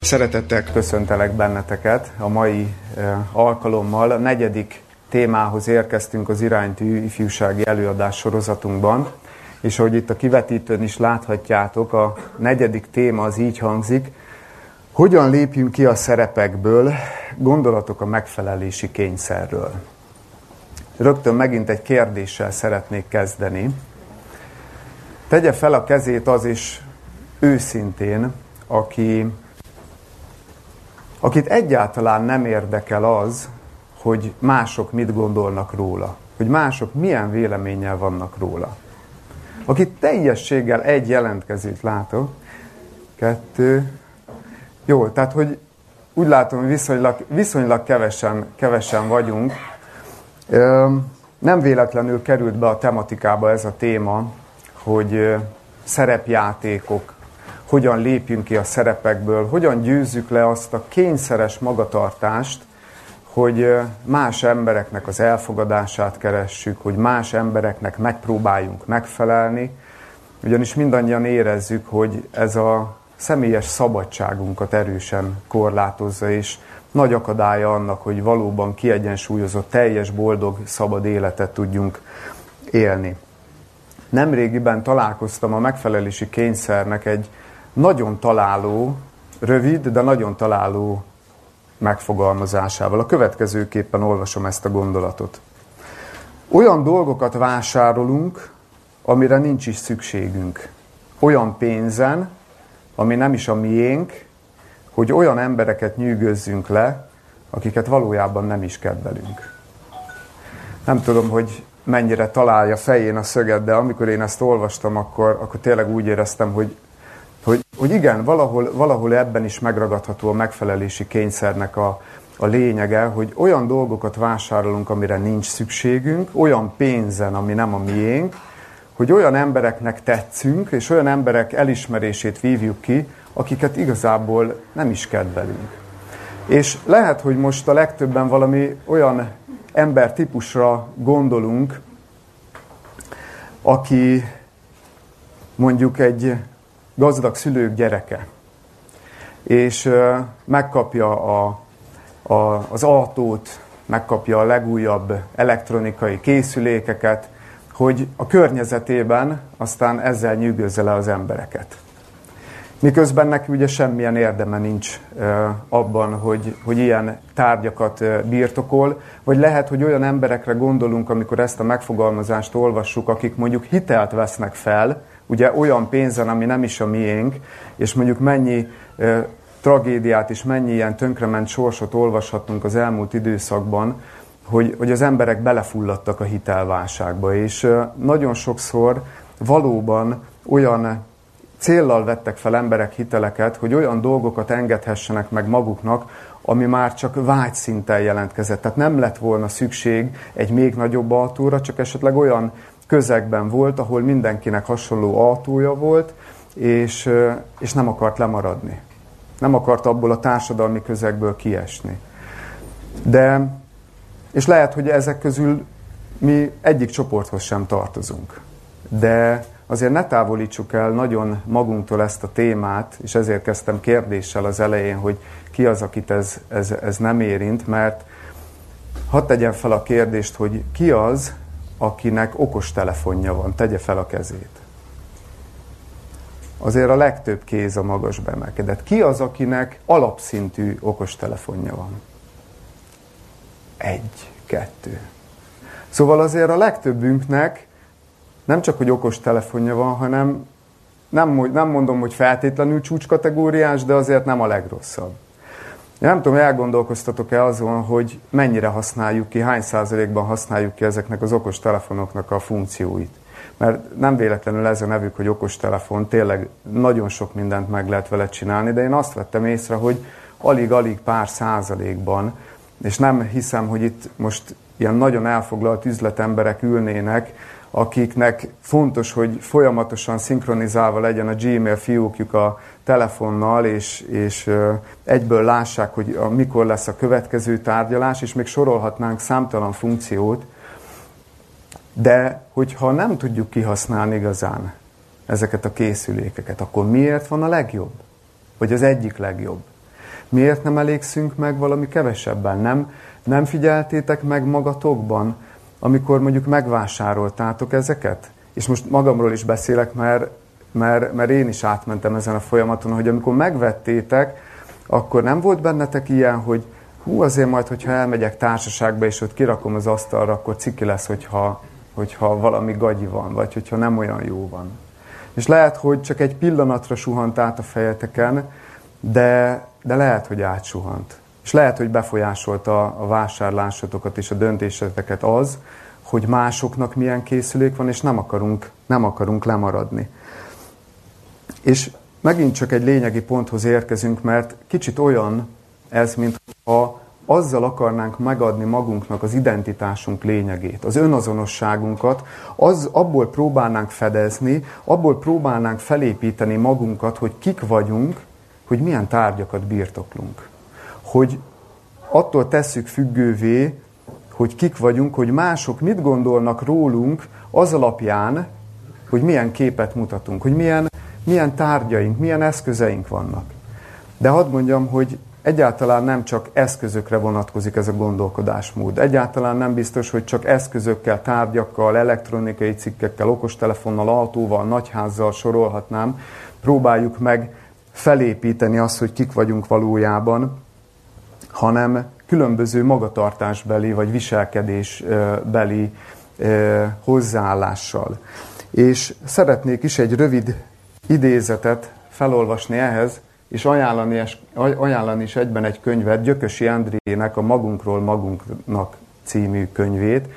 Szeretettel köszöntelek benneteket a mai alkalommal. A 4. témához érkeztünk az Iránytű ifjúsági előadás sorozatunkban, és ahogy itt a kivetítőn is láthatjátok, a 4. téma az így hangzik: hogyan lépjünk ki a szerepekből, gondolatok a megfelelési kényszerről. Rögtön megint egy kérdéssel szeretnék kezdeni. Tegye fel a kezét az is őszintén, akit egyáltalán nem érdekel az, hogy mások mit gondolnak róla, hogy mások milyen véleménnyel vannak róla. Akit teljességgel egy jelentkezőt látok, 2, jó, tehát hogy úgy látom, hogy viszonylag kevesen vagyunk. Nem véletlenül került be a tematikába ez a téma, hogy szerepjátékok, hogyan lépjünk ki a szerepekből, hogyan győzzük le azt a kényszeres magatartást, hogy más embereknek az elfogadását keressük, hogy más embereknek megpróbáljunk megfelelni, ugyanis mindannyian érezzük, hogy ez a személyes szabadságunkat erősen korlátozza, és nagy akadálya annak, hogy valóban kiegyensúlyozott, teljes, boldog, szabad életet tudjunk élni. Nemrégiben találkoztam a megfelelési kényszernek egy nagyon találó, rövid, de nagyon találó megfogalmazásával. A következőképpen olvasom ezt a gondolatot. Olyan dolgokat vásárolunk, amire nincs is szükségünk. Olyan pénzen, ami nem is a miénk, hogy olyan embereket nyűgözzünk le, akiket valójában nem is kedvelünk. Nem tudom, hogy mennyire találja fején a szöget, de amikor én ezt olvastam, akkor tényleg úgy éreztem, hogy igen, valahol ebben is megragadható a megfelelési kényszernek a lényege, hogy olyan dolgokat vásárolunk, amire nincs szükségünk, olyan pénzen, ami nem a miénk, hogy olyan embereknek tetszünk, és olyan emberek elismerését vívjuk ki, akiket igazából nem is kedvelünk. És lehet, hogy most a legtöbben valami olyan embertípusra gondolunk, aki mondjuk egy gazdag szülők gyereke, és megkapja az autót, megkapja a legújabb elektronikai készülékeket, hogy a környezetében aztán ezzel nyűgözze le az embereket. Miközben neki ugye semmilyen érdeme nincs abban, hogy ilyen tárgyakat birtokol, vagy lehet, hogy olyan emberekre gondolunk, amikor ezt a megfogalmazást olvassuk, akik mondjuk hitelt vesznek fel, ugye olyan pénzen, ami nem is a miénk, és mondjuk mennyi tragédiát és mennyi ilyen tönkrement sorsot olvashatunk az elmúlt időszakban, hogy az emberek belefulladtak a hitelválságba, és nagyon sokszor valóban olyan céllal vettek fel emberek hiteleket, hogy olyan dolgokat engedhessenek meg maguknak, ami már csak vágyszinten jelentkezett. Tehát nem lett volna szükség egy még nagyobb autóra, csak esetleg olyan közegben volt, ahol mindenkinek hasonló autója volt, és nem akart lemaradni. Nem akart abból a társadalmi közegből kiesni. És lehet, hogy ezek közül mi egyik csoporthoz sem tartozunk. De azért ne távolítsuk el nagyon magunktól ezt a témát, és ezért kezdtem kérdéssel az elején, hogy ki az, akit ez nem érint, mert hadd tegyem fel a kérdést, hogy ki az, akinek okostelefonja van, tegye fel a kezét. Azért a legtöbb kéz a magasba emelkedett. Ki az, akinek alapszintű okostelefonja van? 1, 2. Szóval azért a legtöbbünknek nem csak, hogy okostelefonja van, hanem nem mondom, hogy feltétlenül csúcskategóriás, de azért nem a legrosszabb. Én nem tudom, elgondolkoztatok-e azon, hogy mennyire használjuk ki, hány százalékban használjuk ki ezeknek az okostelefonoknak a funkcióit. Mert nem véletlenül ez a nevük, hogy okostelefon, tényleg nagyon sok mindent meg lehet vele csinálni, de én azt vettem észre, hogy alig-alig pár százalékban, és nem hiszem, hogy itt most ilyen nagyon elfoglalt üzletemberek ülnének, akiknek fontos, hogy folyamatosan szinkronizálva legyen a Gmail fiókjuk a telefonnal, és egyből lássák, hogy mikor lesz a következő tárgyalás, és még sorolhatnánk számtalan funkciót, de hogyha nem tudjuk kihasználni igazán ezeket a készülékeket, akkor miért van a legjobb? Vagy az egyik legjobb? Miért nem elégszünk meg valami kevesebben? Nem figyeltétek meg magatokban, amikor mondjuk megvásároltátok ezeket? És most magamról is beszélek, mert én is átmentem ezen a folyamaton, hogy amikor megvettétek, akkor nem volt bennetek ilyen, hogy azért majd, hogyha elmegyek társaságba, és ott kirakom az asztalra, akkor ciki lesz, hogyha valami gagyi van, vagy hogyha nem olyan jó van. És lehet, hogy csak egy pillanatra suhant át a fejeteken, de lehet, hogy átsuhant. És lehet, hogy befolyásolta a vásárlásotokat és a döntéseteket az, hogy másoknak milyen készülék van, és nem akarunk lemaradni. És megint csak egy lényegi ponthoz érkezünk, mert kicsit olyan ez, mintha azzal akarnánk megadni magunknak az identitásunk lényegét, az önazonosságunkat, abból próbálnánk fedezni, abból próbálnánk felépíteni magunkat, hogy kik vagyunk, hogy milyen tárgyakat birtoklunk. Hogy attól tesszük függővé, hogy kik vagyunk, hogy mások mit gondolnak rólunk az alapján, hogy milyen képet mutatunk, hogy milyen tárgyaink, milyen eszközeink vannak. De hadd mondjam, hogy egyáltalán nem csak eszközökre vonatkozik ez a gondolkodásmód. Egyáltalán nem biztos, hogy csak eszközökkel, tárgyakkal, elektronikai cikkekkel, okostelefonnal, autóval, nagyházzal sorolhatnám. Próbáljuk meg felépíteni azt, hogy kik vagyunk valójában, hanem különböző magatartásbeli vagy viselkedésbeli hozzáállással. És szeretnék is egy rövid idézetet felolvasni ehhez, és ajánlani is egyben egy könyvet, Gyökösi Endrének a Magunkról magunknak című könyvét.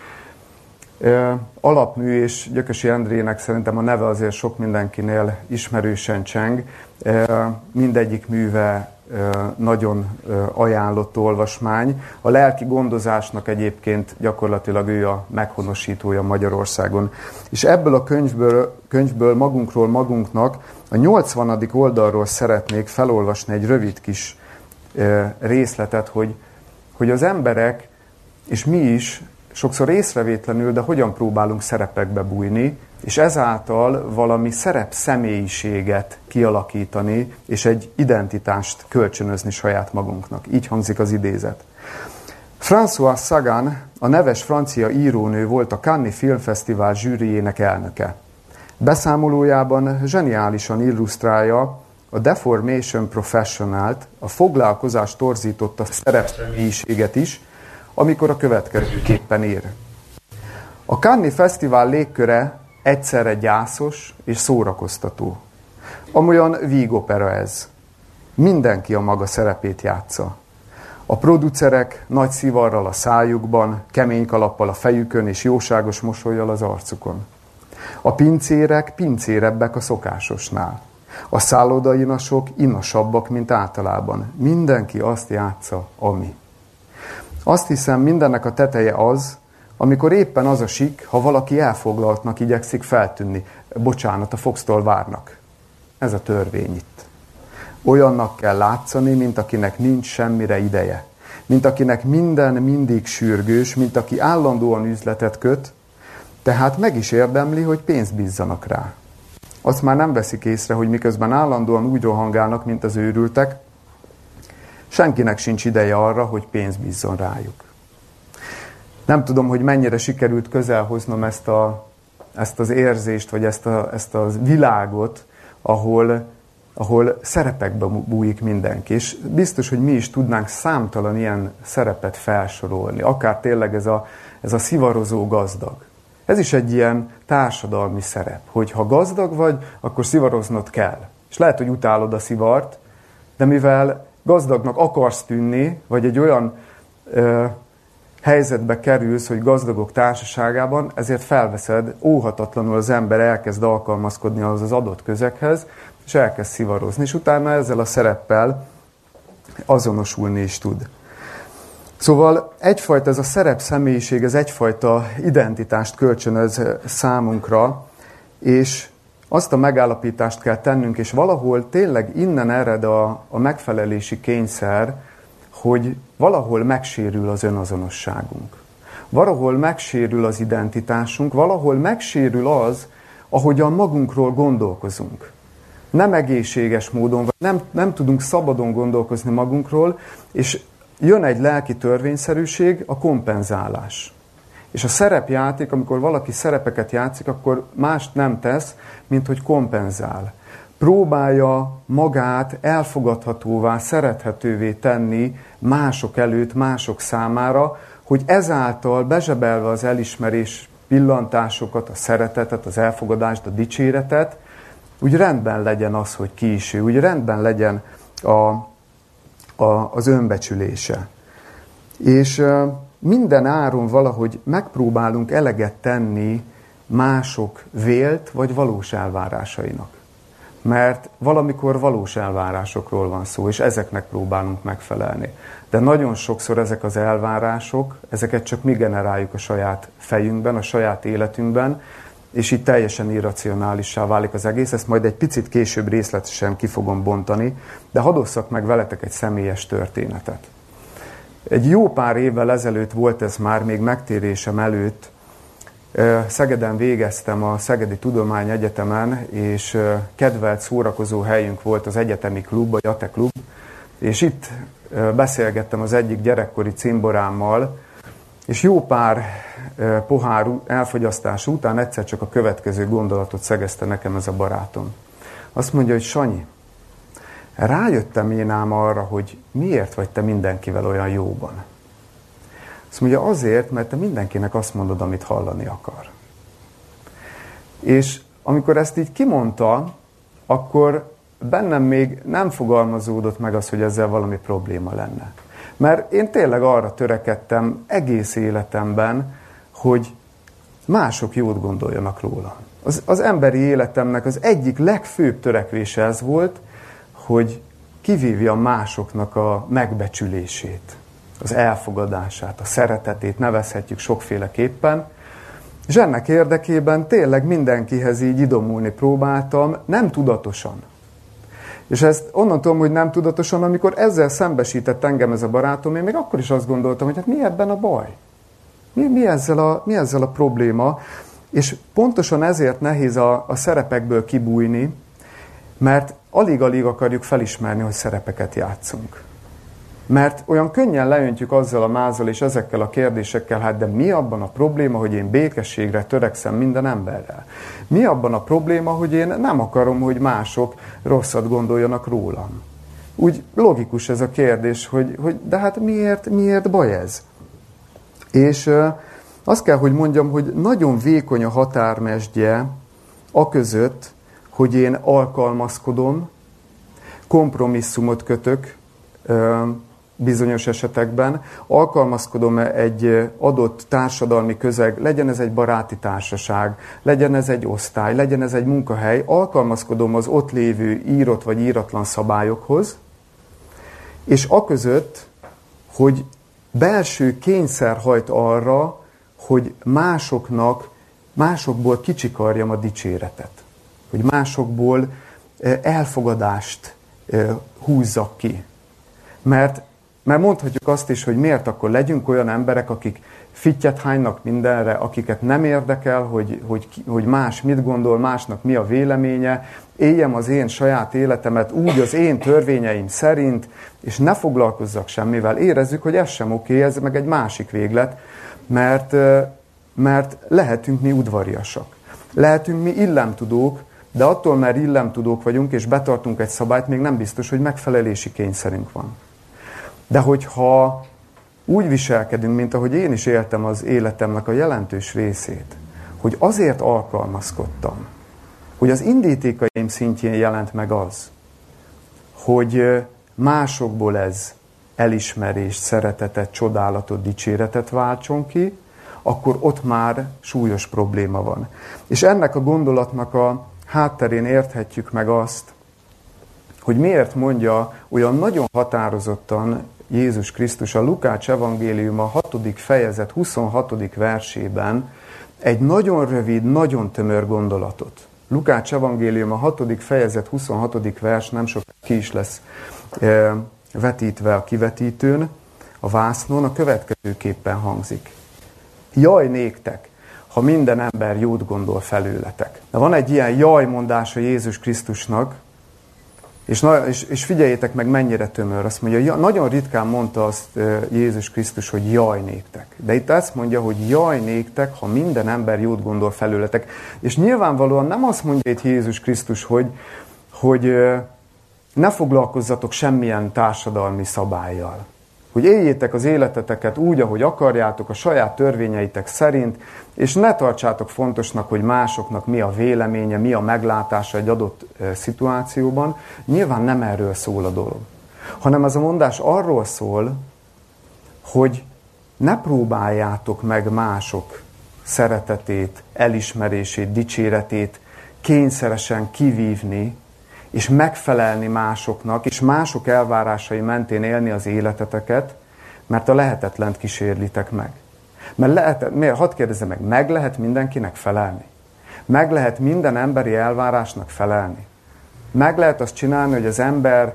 Alapmű, és Gyökösi Endrének szerintem a neve azért sok mindenkinél ismerősen cseng. Mindegyik műve nagyon ajánlott olvasmány. A lelki gondozásnak egyébként gyakorlatilag ő a meghonosítója Magyarországon. És ebből a könyvből Magunkról magunknak a 80. oldalról szeretnék felolvasni egy rövid kis részletet, hogy az emberek, és mi is sokszor észrevétlenül, de hogyan próbálunk szerepekbe bújni, és ezáltal valami szerepszemélyiséget kialakítani, és egy identitást kölcsönözni saját magunknak. Így hangzik az idézet. Françoise Sagan, a neves francia írónő volt a Cannes Filmfesztivál zsűrijének elnöke. Beszámolójában zseniálisan illusztrálja a Deformation Professionalt, a foglalkozás torzította szerepszemélyiséget is, amikor a következőképpen ír. A Cannes Fesztivál légköre egyszerre gyászos és szórakoztató. Amolyan vígopera ez. Mindenki a maga szerepét játsza. A producerek nagy szivarral a szájukban, kemény kalappal a fejükön és jóságos mosollyal az arcukon. A pincérek pincérebbek a szokásosnál. A szállodainasok inasabbak, mint általában. Mindenki azt játsza, ami. Azt hiszem, mindennek a teteje az, amikor éppen az a sik, ha valaki elfoglaltnak igyekszik feltűnni. Bocsánat, a Foxtól várnak. Ez a törvény itt. Olyannak kell látszani, mint akinek nincs semmire ideje. Mint akinek minden mindig sürgős, mint aki állandóan üzletet köt, tehát meg is érdemli, hogy pénzt bízzanak rá. Azt már nem veszik észre, hogy miközben állandóan úgy rohangálnak, mint az őrültek, senkinek sincs ideje arra, hogy pénzt bízzon rájuk. Nem tudom, hogy mennyire sikerült közelhoznom ezt az érzést, vagy ezt a világot, ahol szerepekbe bújik mindenki. És biztos, hogy mi is tudnánk számtalan ilyen szerepet felsorolni. Akár tényleg ez a szivarozó gazdag. Ez is egy ilyen társadalmi szerep, hogy ha gazdag vagy, akkor szivaroznod kell. És lehet, hogy utálod a szivart, de mivel gazdagnak akarsz tűnni, vagy egy olyan helyzetbe kerülsz, hogy gazdagok társaságában, ezért felveszed, óhatatlanul az ember elkezd alkalmazkodni az adott közeghez, és elkezd szivarozni, és utána ezzel a szereppel azonosulni is tud. Szóval egyfajta ez a szerepszemélyiség, ez egyfajta identitást kölcsönöz számunkra, és azt a megállapítást kell tennünk, és valahol tényleg innen ered a megfelelési kényszer, hogy valahol megsérül az önazonosságunk. Valahol megsérül az identitásunk, valahol megsérül az, ahogyan magunkról gondolkozunk. nem egészséges módon, vagy nem tudunk szabadon gondolkozni magunkról, és jön egy lelki törvényszerűség, a kompenzálás. És a szerepjáték, amikor valaki szerepeket játszik, akkor mást nem tesz, mint hogy kompenzál. Próbálja magát elfogadhatóvá, szerethetővé tenni mások előtt, mások számára, hogy ezáltal bezsebelve az elismerés pillantásokat, a szeretetet, az elfogadást, a dicséretet, úgy rendben legyen az, hogy ki is ő, úgy rendben legyen az önbecsülése. És minden áron valahogy megpróbálunk eleget tenni mások vélt vagy valós elvárásainak. Mert valamikor valós elvárásokról van szó, és ezeknek próbálunk megfelelni. De nagyon sokszor ezek az elvárások, ezeket csak mi generáljuk a saját fejünkben, a saját életünkben, és így teljesen irracionálissá válik az egész. Ezt majd egy picit később részletesen ki fogom bontani, de hadd osszak meg veletek egy személyes történetet. Egy jó pár évvel ezelőtt volt ez már, még megtérésem előtt. Szegeden végeztem a Szegedi Tudományegyetemen, és kedvelt szórakozó helyünk volt az egyetemi klub, a Jate Klub, és itt beszélgettem az egyik gyerekkori cimborámmal, és jó pár pohár elfogyasztás után egyszer csak a következő gondolatot szegezte nekem ez a barátom. Azt mondja, hogy Sanyi, rájöttem én ám arra, hogy miért vagy te mindenkivel olyan jóban. Azt mondja, azért, mert te mindenkinek azt mondod, amit hallani akar. És amikor ezt így kimondta, akkor bennem még nem fogalmazódott meg az, hogy ezzel valami probléma lenne. Mert én tényleg arra törekedtem egész életemben, hogy mások jót gondoljanak rólam. Az emberi életemnek az egyik legfőbb törekvése ez volt, hogy kivívjam másoknak a megbecsülését, az elfogadását, a szeretetét, nevezhetjük sokféleképpen, és ennek érdekében tényleg mindenkihez így idomulni próbáltam, nem tudatosan. És ezt onnan tudom, hogy nem tudatosan, amikor ezzel szembesített engem ez a barátom, én még akkor is azt gondoltam, hogy hát mi ebben a baj? Mi ezzel a probléma? És pontosan ezért nehéz a szerepekből kibújni, mert alig-alig akarjuk felismerni, hogy szerepeket játszunk. Mert olyan könnyen leöntjük azzal a mázzal és ezekkel a kérdésekkel, hát de mi abban a probléma, hogy én békességre törekszem minden emberrel? Mi abban a probléma, hogy én nem akarom, hogy mások rosszat gondoljanak rólam? Úgy logikus ez a kérdés, hogy de hát miért baj ez? És azt kell, hogy mondjam, hogy nagyon vékony a határmesdje aközött, hogy én alkalmazkodom, kompromisszumot kötök bizonyos esetekben, alkalmazkodom egy adott társadalmi közeg, legyen ez egy baráti társaság, legyen ez egy osztály, legyen ez egy munkahely, alkalmazkodom az ott lévő írott vagy íratlan szabályokhoz, és aközött, hogy belső kényszer hajt arra, hogy másokból kicsikarjam a dicséretet. Hogy másokból elfogadást húzzak ki. Mert mondhatjuk azt is, hogy miért akkor legyünk olyan emberek, akik fittyet hánynak mindenre, akiket nem érdekel, hogy más mit gondol, másnak mi a véleménye, éljem az én saját életemet úgy az én törvényeim szerint, és ne foglalkozzak semmivel. Érezzük, hogy ez sem oké, ez meg egy másik véglet, mert lehetünk mi udvariasak. Lehetünk mi illemtudók, de attól, mert illemtudók vagyunk, és betartunk egy szabályt, még nem biztos, hogy megfelelési kényszerünk van. De hogyha úgy viselkedünk, mint ahogy én is éltem az életemnek a jelentős részét, hogy azért alkalmazkodtam, hogy az indítékaim szintjén jelent meg az, hogy másokból ez elismerést, szeretetet, csodálatot, dicséretet váltson ki, akkor ott már súlyos probléma van. És ennek a gondolatnak a hátterén érthetjük meg azt, hogy miért mondja olyan nagyon határozottan Jézus Krisztus a Lukács evangélium a 6. fejezet 26. versében egy nagyon rövid, nagyon tömör gondolatot. Lukács evangélium a 6. fejezet 26. vers nem sok ki is lesz vetítve a kivetítőn, a vásznon, a következőképpen hangzik. Jaj néktek, ha minden ember jót gondol felőletek. De van egy ilyen jaj mondása Jézus Krisztusnak, És figyeljétek meg, mennyire tömör. Azt mondja, nagyon ritkán mondta azt Jézus Krisztus, hogy jaj néktek. De itt azt mondja, hogy jaj néktek, ha minden ember jót gondol felőletek. És nyilvánvalóan nem azt mondja itt Jézus Krisztus, hogy ne foglalkozzatok semmilyen társadalmi szabállyal. Hogy éljétek az életeteket úgy, ahogy akarjátok, a saját törvényeitek szerint, és ne tartsátok fontosnak, hogy másoknak mi a véleménye, mi a meglátása egy adott szituációban. Nyilván nem erről szól a dolog. Hanem ez a mondás arról szól, hogy ne próbáljátok meg mások szeretetét, elismerését, dicséretét kényszeresen kivívni, és megfelelni másoknak, és mások elvárásai mentén élni az életeteket, mert a lehetetlent kísérlitek meg. Miért? Hadd kérdezzem meg lehet mindenkinek felelni? Meg lehet minden emberi elvárásnak felelni? Meg lehet azt csinálni, hogy az ember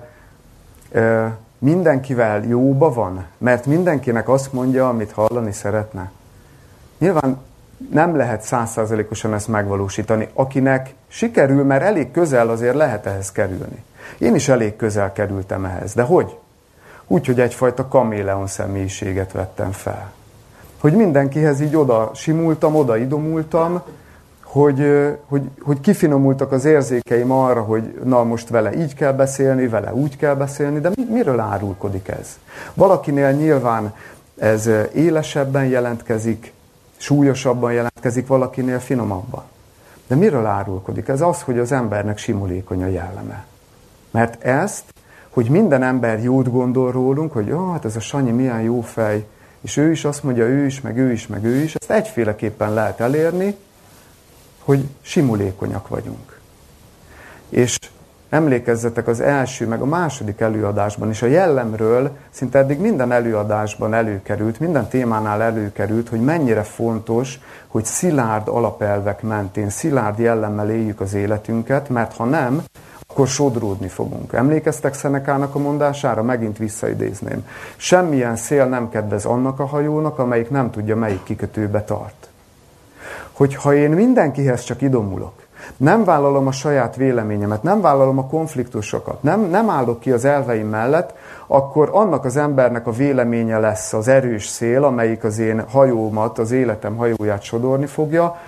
mindenkivel jóba van, mert mindenkinek azt mondja, amit hallani szeretne? Nyilván nem lehet 100%-osan ezt megvalósítani. Akinek sikerül, mert elég közel azért lehet ehhez kerülni. Én is elég közel kerültem ehhez. De hogy? Úgy, hogy egyfajta kaméleon személyiséget vettem fel. Hogy mindenkihez így oda simultam, oda idomultam, hogy kifinomultak az érzékeim arra, hogy na most vele így kell beszélni, vele úgy kell beszélni, de miről árulkodik ez? Valakinél nyilván ez élesebben jelentkezik, súlyosabban jelentkezik, valakinél finomabban. De miről árulkodik? Ez az, hogy az embernek simulékony a jelleme. Mert ezt, hogy minden ember jót gondol rólunk, hogy hát ez a Sanyi milyen jó fej, és ő is azt mondja, ő is, meg ő is, meg ő is, ezt egyféleképpen lehet elérni, hogy simulékonyak vagyunk. És emlékezzetek az első, meg a második előadásban is, a jellemről szinte eddig minden előadásban előkerült, minden témánál előkerült, hogy mennyire fontos, hogy szilárd alapelvek mentén, szilárd jellemmel éljük az életünket, mert ha nem, akkor sodródni fogunk. Emlékeztek Szenekának a mondására? Megint visszaidézném. Semmilyen szél nem kedvez annak a hajónak, amelyik nem tudja, melyik kikötőbe tart. Hogyha én mindenkihez csak idomulok, nem vállalom a saját véleményemet, nem vállalom a konfliktusokat, nem állok ki az elveim mellett, akkor annak az embernek a véleménye lesz az erős szél, amelyik az én hajómat, az életem hajóját sodorni fogja,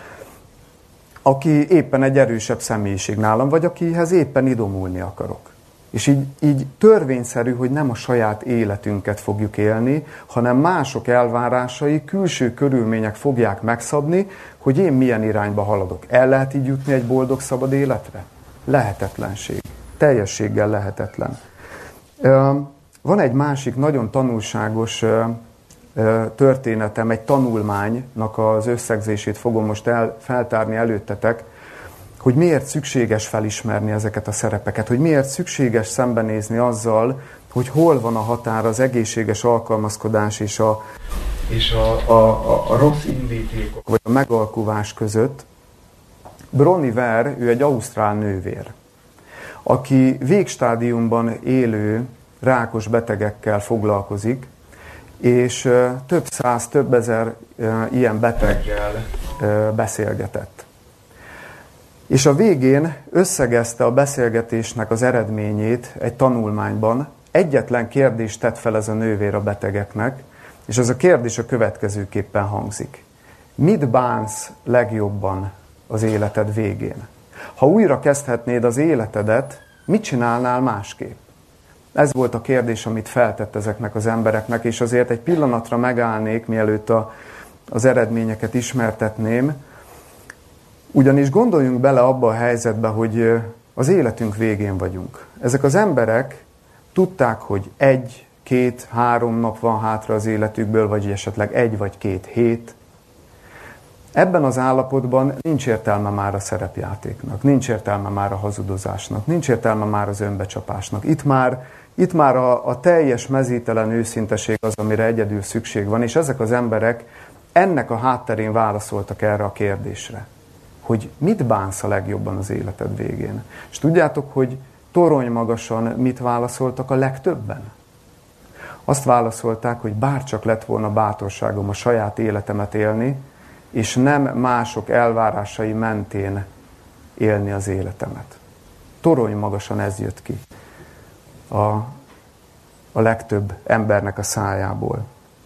aki éppen egy erősebb személyiség nálam, vagy akihez éppen idomulni akarok. És így törvényszerű, hogy nem a saját életünket fogjuk élni, hanem mások elvárásai, külső körülmények fogják megszabni, hogy én milyen irányba haladok. El lehet így jutni egy boldog, szabad életre? Lehetetlenség. Teljességgel lehetetlen. Van egy másik nagyon tanulságos történetem, egy tanulmánynak az összegzését fogom most feltárni előttetek, hogy miért szükséges felismerni ezeket a szerepeket, hogy miért szükséges szembenézni azzal, hogy hol van a határ az egészséges alkalmazkodás és a rossz indítékok, vagy a megalkuvás között. Bronnie Ware, ő egy ausztrál nővér, aki végstádiumban élő rákos betegekkel foglalkozik, és több száz, több ezer ilyen beteggel beszélgetett. És a végén összegezte a beszélgetésnek az eredményét egy tanulmányban. Egyetlen kérdést tett fel ez a nővér a betegeknek, és ez a kérdés a következőképpen hangzik. Mit bánsz legjobban az életed végén? Ha újra kezdhetnéd az életedet, mit csinálnál másképp? Ez volt a kérdés, amit feltett ezeknek az embereknek, és azért egy pillanatra megállnék, mielőtt az eredményeket ismertetném, ugyanis gondoljunk bele abba a helyzetbe, hogy az életünk végén vagyunk. Ezek az emberek tudták, hogy 1, 2, 3 nap van hátra az életükből, vagy esetleg 1 vagy 2 hét. Ebben az állapotban nincs értelme már a szerepjátéknak, nincs értelme már a hazudozásnak, nincs értelme már az önbecsapásnak. Itt már a teljes mezítelen őszinteség az, amire egyedül szükség van, és ezek az emberek ennek a hátterén válaszoltak erre a kérdésre, hogy mit bánsz a legjobban az életed végén. És tudjátok, hogy torony magasan mit válaszoltak a legtöbben? Azt válaszolták, hogy bárcsak lett volna bátorságom a saját életemet élni, és nem mások elvárásai mentén élni az életemet. Torony magasan ez jött ki. a legtöbb embernek a szájából.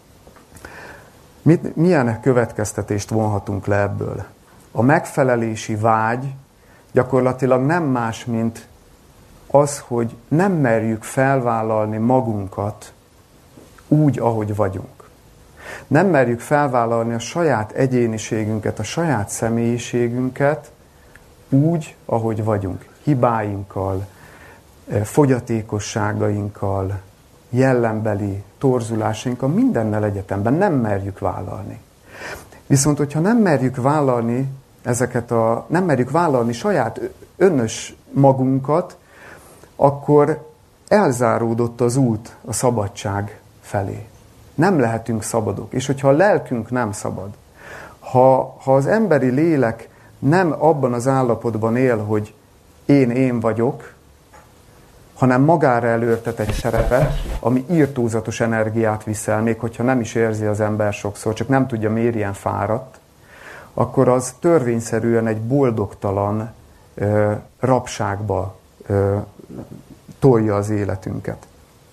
Milyen következtetést vonhatunk le ebből? A megfelelési vágy gyakorlatilag nem más, mint az, hogy nem merjük felvállalni magunkat úgy, ahogy vagyunk. Nem merjük felvállalni a saját egyéniségünket, a saját személyiségünket úgy, ahogy vagyunk. Hibáinkkal, fogyatékosságainkkal, jellembeli torzulásainkkal, mindennel egyetemben nem merjük vállalni. Viszont, hogyha nem merjük vállalni nem merjük vállalni saját önös magunkat, akkor elzáródott az út a szabadság felé. Nem lehetünk szabadok. És hogyha a lelkünk nem szabad, ha az emberi lélek nem abban az állapotban él, hogy én vagyok, hanem magára előrtet egy szerepet, ami irtózatos energiát viszel, még hogyha nem is érzi az ember sokszor, csak nem tudja, miért ilyen fáradt, akkor az törvényszerűen egy boldogtalan rabságba tolja az életünket.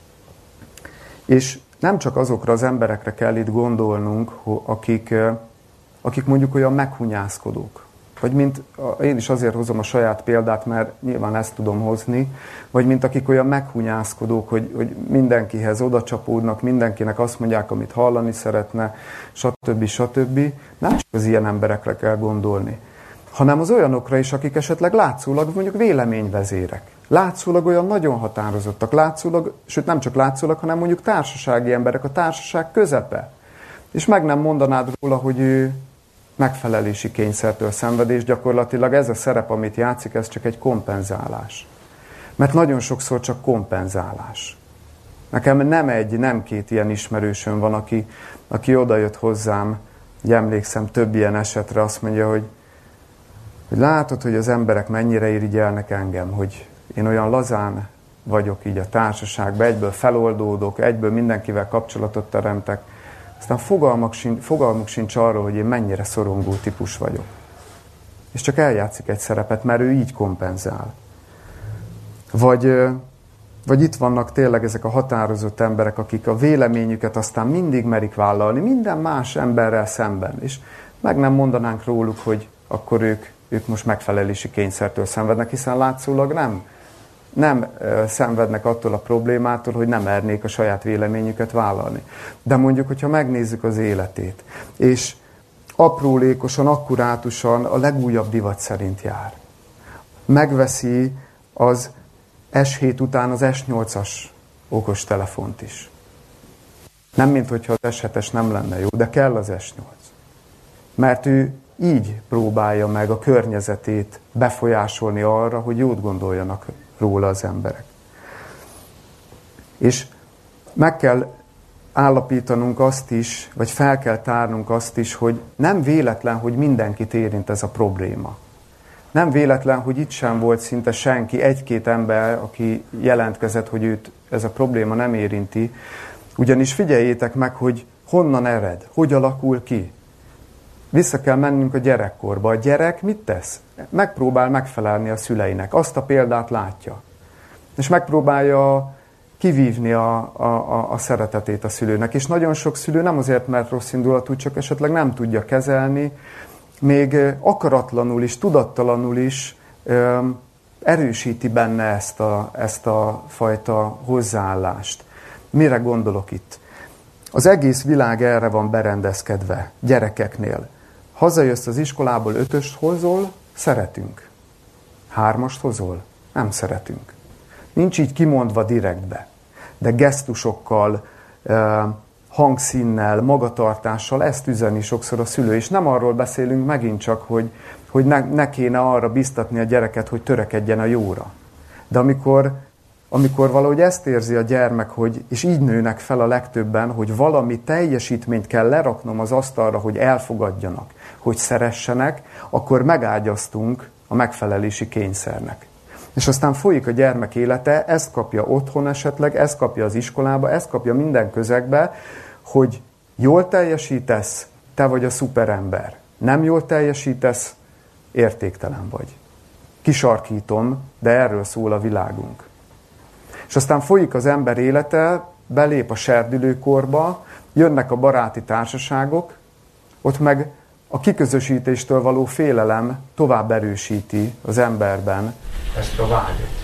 És nem csak azokra az emberekre kell itt gondolnunk, akik mondjuk olyan meghunyászkodók. Vagy mint, én is azért hozom a saját példát, mert nyilván ezt tudom hozni, vagy mint akik olyan meghunyászkodók, hogy mindenkihez odacsapódnak, mindenkinek azt mondják, amit hallani szeretne, stb. Nem csak az ilyen emberekre kell gondolni, hanem az olyanokra is, akik esetleg látszólag mondjuk véleményvezérek. Látszólag olyan nagyon határozottak, látszólag, sőt nem csak látszólag, hanem mondjuk társasági emberek, a társaság közepe. És meg nem mondanád róla, hogy ő megfelelési kényszertől szenved, és gyakorlatilag ez a szerep, amit játszik, ez csak egy kompenzálás. Mert nagyon sokszor csak kompenzálás. Nekem nem két ilyen ismerősöm van, aki odajött hozzám, emlékszem több ilyen esetre, azt mondja, hogy látod, hogy az emberek mennyire irigyelnek engem, hogy én olyan lazán vagyok így a társaságban, egyből feloldódok, egyből mindenkivel kapcsolatot teremtek, aztán fogalmuk sincs arról, hogy én mennyire szorongó típus vagyok. És csak eljátszik egy szerepet, mert ő így kompenzál. Vagy itt vannak tényleg ezek a határozott emberek, akik a véleményüket aztán mindig merik vállalni, minden más emberrel szemben. És meg nem mondanánk róluk, hogy akkor ők most megfelelési kényszertől szenvednek, hiszen látszólag nem szenvednek attól a problémától, hogy nem mernék a saját véleményüket vállalni. De mondjuk, hogyha megnézzük az életét, és aprólékosan, akkurátusan a legújabb divat szerint jár. Megveszi az S7 után az S8-as okostelefont is. Nem, minthogyha az S7-es nem lenne jó, de kell az S8. Mert ő így próbálja meg a környezetét befolyásolni arra, hogy jót gondoljanak róla az emberek. És meg kell állapítanunk azt is, vagy fel kell tárnunk azt is, hogy nem véletlen, hogy mindenkit érint ez a probléma. Nem véletlen, hogy itt sem volt szinte senki, egy-két ember, aki jelentkezett, hogy őt ez a probléma nem érinti. Ugyanis figyeljétek meg, hogy honnan ered, hogy alakul ki. Vissza kell mennünk a gyerekkorba. A gyerek mit tesz? Megpróbál megfelelni a szüleinek. Azt a példát látja. És megpróbálja kivívni a szeretetét a szülőnek. És nagyon sok szülő nem azért, mert rossz indulatú, csak esetleg nem tudja kezelni, még akaratlanul is, tudattalanul is erősíti benne ezt a fajta hozzáállást. Mire gondolok itt? Az egész világ erre van berendezkedve, gyerekeknél. Hazajössz az iskolából, 5-öst hozol, szeretünk. 3-ast hozol, nem szeretünk. Nincs így kimondva direktbe, de gesztusokkal, hangszínnel, magatartással ezt üzeni sokszor a szülő. És nem arról beszélünk megint csak, hogy ne kéne arra biztatni a gyereket, hogy törekedjen a jóra. De amikor valahogy ezt érzi a gyermek, és így nőnek fel a legtöbben, hogy valami teljesítményt kell leraknom az asztalra, hogy elfogadjanak, hogy szeressenek, akkor megágyaztunk a megfelelési kényszernek. És aztán folyik a gyermek élete, ezt kapja otthon esetleg, ezt kapja az iskolába, ezt kapja minden közegbe, hogy jól teljesítesz, te vagy a szuperember. Nem jól teljesítesz, értéktelen vagy. Kisarkítom, de erről szól a világunk. És aztán folyik az ember élete, belép a serdülőkorba, jönnek a baráti társaságok, ott meg a kiközösítéstől való félelem tovább erősíti az emberben ezt a vágyat.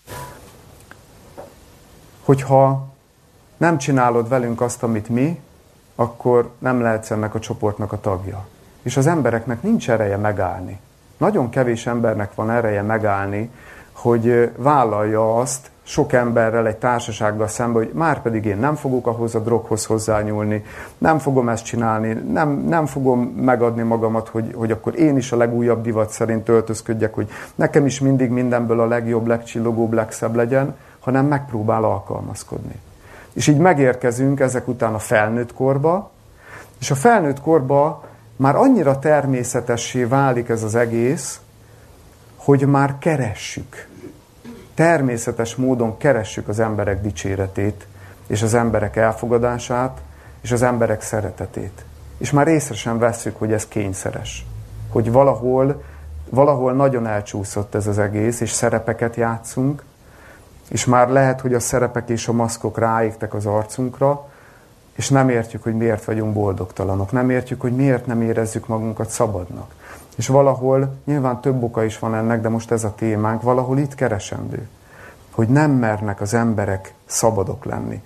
Hogyha nem csinálod velünk azt, amit mi, akkor nem lehetsz ennek a csoportnak a tagja. És az embereknek nincs ereje megállni. Nagyon kevés embernek van ereje megállni, hogy vállalja azt sok emberrel, egy társasággal szemben, hogy már pedig én nem fogok ahhoz a droghoz hozzányúlni, nem fogom ezt csinálni, nem fogom megadni magamat, hogy akkor én is a legújabb divat szerint öltözködjek, hogy nekem is mindig mindenből a legjobb, legcsillogóbb, legszebb legyen, hanem megpróbál alkalmazkodni. És így megérkezünk ezek után a felnőtt korba, és a felnőtt korba már annyira természetessé válik ez az egész, hogy már keressük. Természetes módon keressük az emberek dicséretét, és az emberek elfogadását, és az emberek szeretetét. És már észre sem vesszük, hogy ez kényszeres. Hogy valahol nagyon elcsúszott ez az egész, és szerepeket játszunk, és már lehet, hogy a szerepek és a maszkok ráégtek az arcunkra, és nem értjük, hogy miért vagyunk boldogtalanok. Nem értjük, hogy miért nem érezzük magunkat szabadnak. És valahol, nyilván több oka is van ennek, de most ez a témánk, valahol itt keresendő. Hogy nem mernek az emberek szabadok lenni.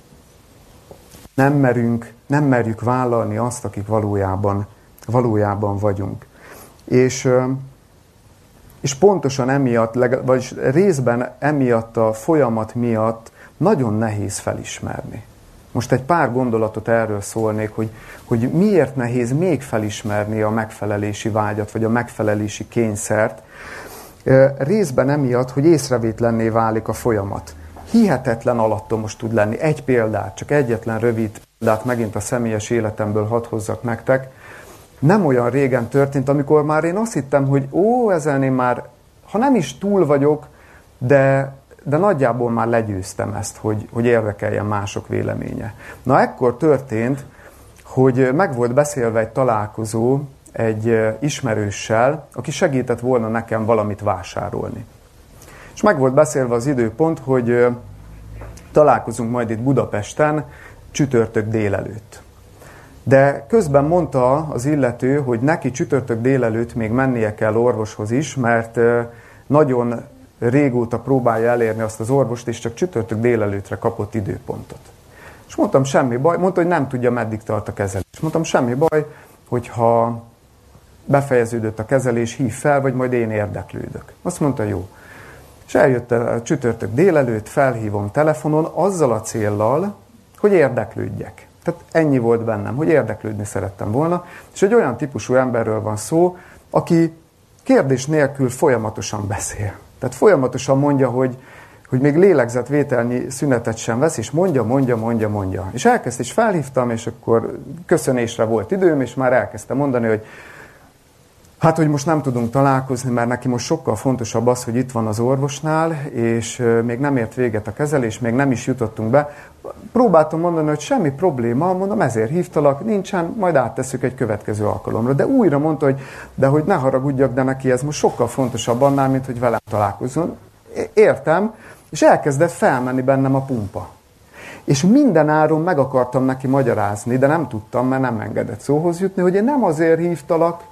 Nem merjük vállalni azt, akik valójában vagyunk. És pontosan emiatt, vagyis részben emiatt a folyamat miatt nagyon nehéz felismerni. Most egy pár gondolatot erről szólnék, hogy miért nehéz még felismerni a megfelelési vágyat, vagy a megfelelési kényszert. Részben emiatt, hogy észrevétlenné válik a folyamat. Hihetetlen alattomos tud lenni. Egy példát, csak egyetlen rövid példát megint a személyes életemből hadd hozzak nektek. Nem olyan régen történt, amikor már én azt hittem, hogy ezen én már, ha nem is túl vagyok, de nagyjából már legyőztem ezt, hogy érdekeljen mások véleménye. Na ekkor történt, hogy meg volt beszélve egy találkozó egy ismerőssel, aki segített volna nekem valamit vásárolni. És meg volt beszélve az időpont, hogy találkozunk majd itt Budapesten csütörtök délelőtt. De közben mondta az illető, hogy neki csütörtök délelőtt még mennie kell orvoshoz is, mert nagyon régóta próbálja elérni azt az orvost, és csak csütörtök délelőttre kapott időpontot. És mondtam, semmi baj, mondta, hogy nem tudja, meddig tart a kezelés. Mondtam, semmi baj, hogyha befejeződött a kezelés, hív fel, vagy majd én érdeklődök. Azt mondta, jó. És eljött a csütörtök délelőtt, felhívom telefonon, azzal a céllal, hogy érdeklődjek. Tehát ennyi volt bennem, hogy érdeklődni szerettem volna. És egy olyan típusú emberről van szó, aki kérdés nélkül folyamatosan beszél. Tehát folyamatosan mondja, hogy még lélegzetvételnyi szünetet sem vesz, és mondja. És elkezdte, és felhívtam, és akkor köszönésre volt időm, és már elkezdte mondani, hogy hát, hogy most nem tudunk találkozni, mert neki most sokkal fontosabb az, hogy itt van az orvosnál, és még nem ért véget a kezelés, még nem is jutottunk be. Próbáltam mondani, hogy semmi probléma, mondom, ezért hívtalak, nincsen, majd áttesszük egy következő alkalomra. De újra mondta, hogy ne haragudjak, de neki ez most sokkal fontosabb annál, mint hogy velem találkozzon. Értem, és elkezdett felmenni bennem a pumpa. És minden áron meg akartam neki magyarázni, de nem tudtam, mert nem engedett szóhoz jutni, hogy én nem azért hívtalak,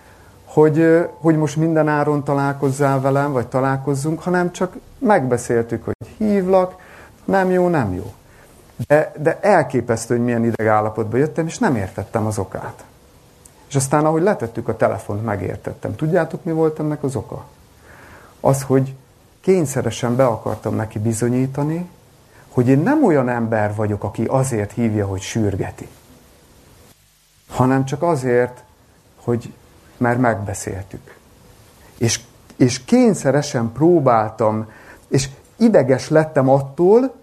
hogy most minden áron találkozzál velem, vagy találkozzunk, hanem csak megbeszéltük, hogy hívlak, nem jó. De elképesztő, hogy milyen idegállapotba jöttem, és nem értettem az okát. És aztán, ahogy letettük a telefont, megértettem. Tudjátok, mi volt ennek az oka? Az, hogy kényszeresen be akartam neki bizonyítani, hogy én nem olyan ember vagyok, aki azért hívja, hogy sürgeti, hanem csak azért, mert megbeszéltük. És kényszeresen próbáltam, és ideges lettem attól,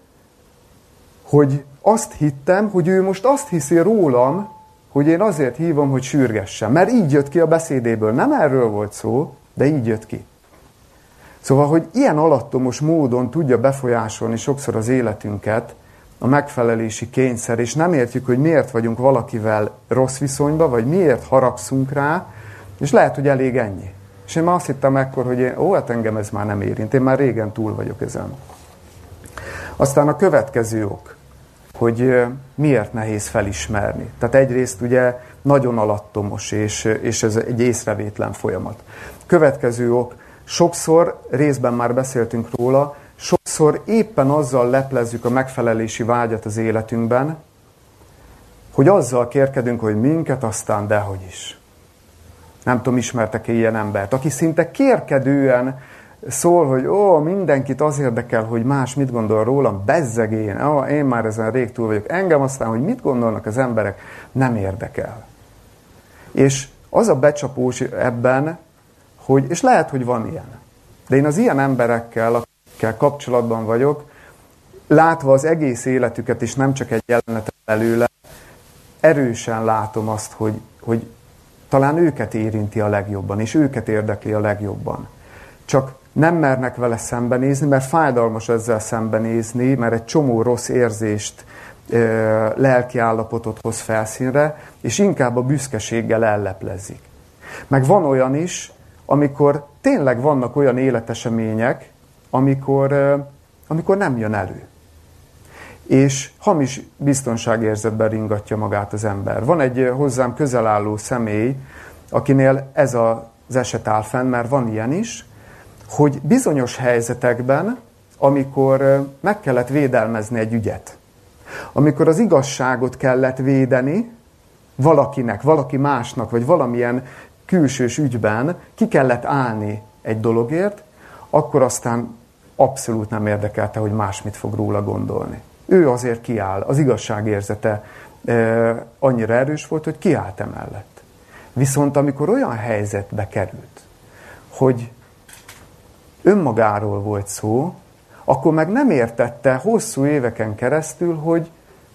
hogy azt hittem, hogy ő most azt hiszi rólam, hogy én azért hívom, hogy sürgessem. Mert így jött ki a beszédéből. Nem erről volt szó, de így jött ki. Szóval, hogy ilyen alattomos módon tudja befolyásolni sokszor az életünket a megfelelési kényszer, és nem értjük, hogy miért vagyunk valakivel rossz viszonyban, vagy miért haragszunk rá, és lehet, hogy elég ennyi. És én már azt hittem ekkor, hogy hát engem ez már nem érint, én már régen túl vagyok ezen. Aztán a következő ok, hogy miért nehéz felismerni. Tehát egyrészt ugye nagyon alattomos, és ez egy észrevétlen folyamat. Következő ok, sokszor, részben már beszéltünk róla, sokszor éppen azzal leplezzük a megfelelési vágyat az életünkben, hogy azzal kérkedünk, hogy minket aztán dehogy is. Nem tudom, ismertek-e ilyen embert, aki szinte kérkedően szól, hogy mindenkit az érdekel, hogy más mit gondol rólam, bezzeg én már ezen rég túl vagyok. Engem aztán, hogy mit gondolnak az emberek, nem érdekel. És az a becsapós ebben, és lehet, hogy van ilyen. De én az ilyen emberekkel, akikkel kapcsolatban vagyok, látva az egész életüket, és nem csak egy jelenetet belőle, erősen látom azt, hogy talán őket érinti a legjobban, és őket érdekli a legjobban. Csak nem mernek vele szembenézni, mert fájdalmas ezzel szembenézni, mert egy csomó rossz érzést, lelki állapotot hoz felszínre, és inkább a büszkeséggel elleplezik. Meg van olyan is, amikor tényleg vannak olyan életesemények, amikor nem jön elő. És hamis biztonságérzetben ringatja magát az ember. Van egy hozzám közel álló személy, akinél ez az eset áll fenn, mert van ilyen is, hogy bizonyos helyzetekben, amikor meg kellett védelmezni egy ügyet, amikor az igazságot kellett védeni valakinek, valaki másnak, vagy valamilyen külsős ügyben ki kellett állni egy dologért, akkor aztán abszolút nem érdekelte, hogy más mit fog róla gondolni. Ő azért kiáll, az igazságérzete annyira erős volt, hogy kiállt emellett. Viszont amikor olyan helyzetbe került, hogy önmagáról volt szó, akkor meg nem értette hosszú éveken keresztül, hogy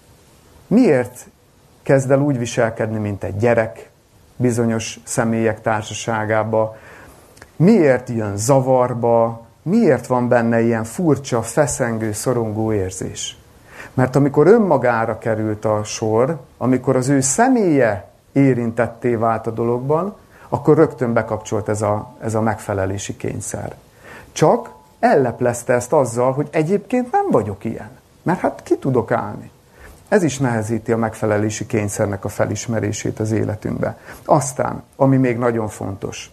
miért kezd el úgy viselkedni, mint egy gyerek bizonyos személyek társaságába, miért jön zavarba, miért van benne ilyen furcsa, feszengő, szorongó érzés. Mert amikor önmagára került a sor, amikor az ő személye érintetté vált a dologban, akkor rögtön bekapcsolt ez a megfelelési kényszer. Csak elleplezte ezt azzal, hogy egyébként nem vagyok ilyen. Mert hát ki tudok állni. Ez is nehezíti a megfelelési kényszernek a felismerését az életünkbe. Aztán, ami még nagyon fontos.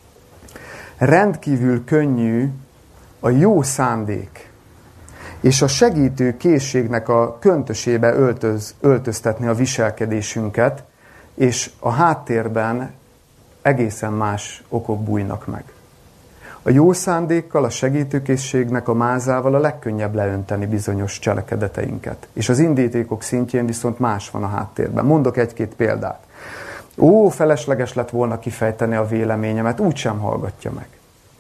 Rendkívül könnyű a jó szándék és a segítő készségnek a köntösébe öltöztetni a viselkedésünket, és a háttérben egészen más okok bújnak meg. A jó szándékkal, a segítőkészségnek a mázával a legkönnyebb leönteni bizonyos cselekedeteinket. És az indítékok szintjén viszont más van a háttérben. Mondok egy-két példát. Felesleges lett volna kifejteni a véleményemet, úgysem hallgatja meg.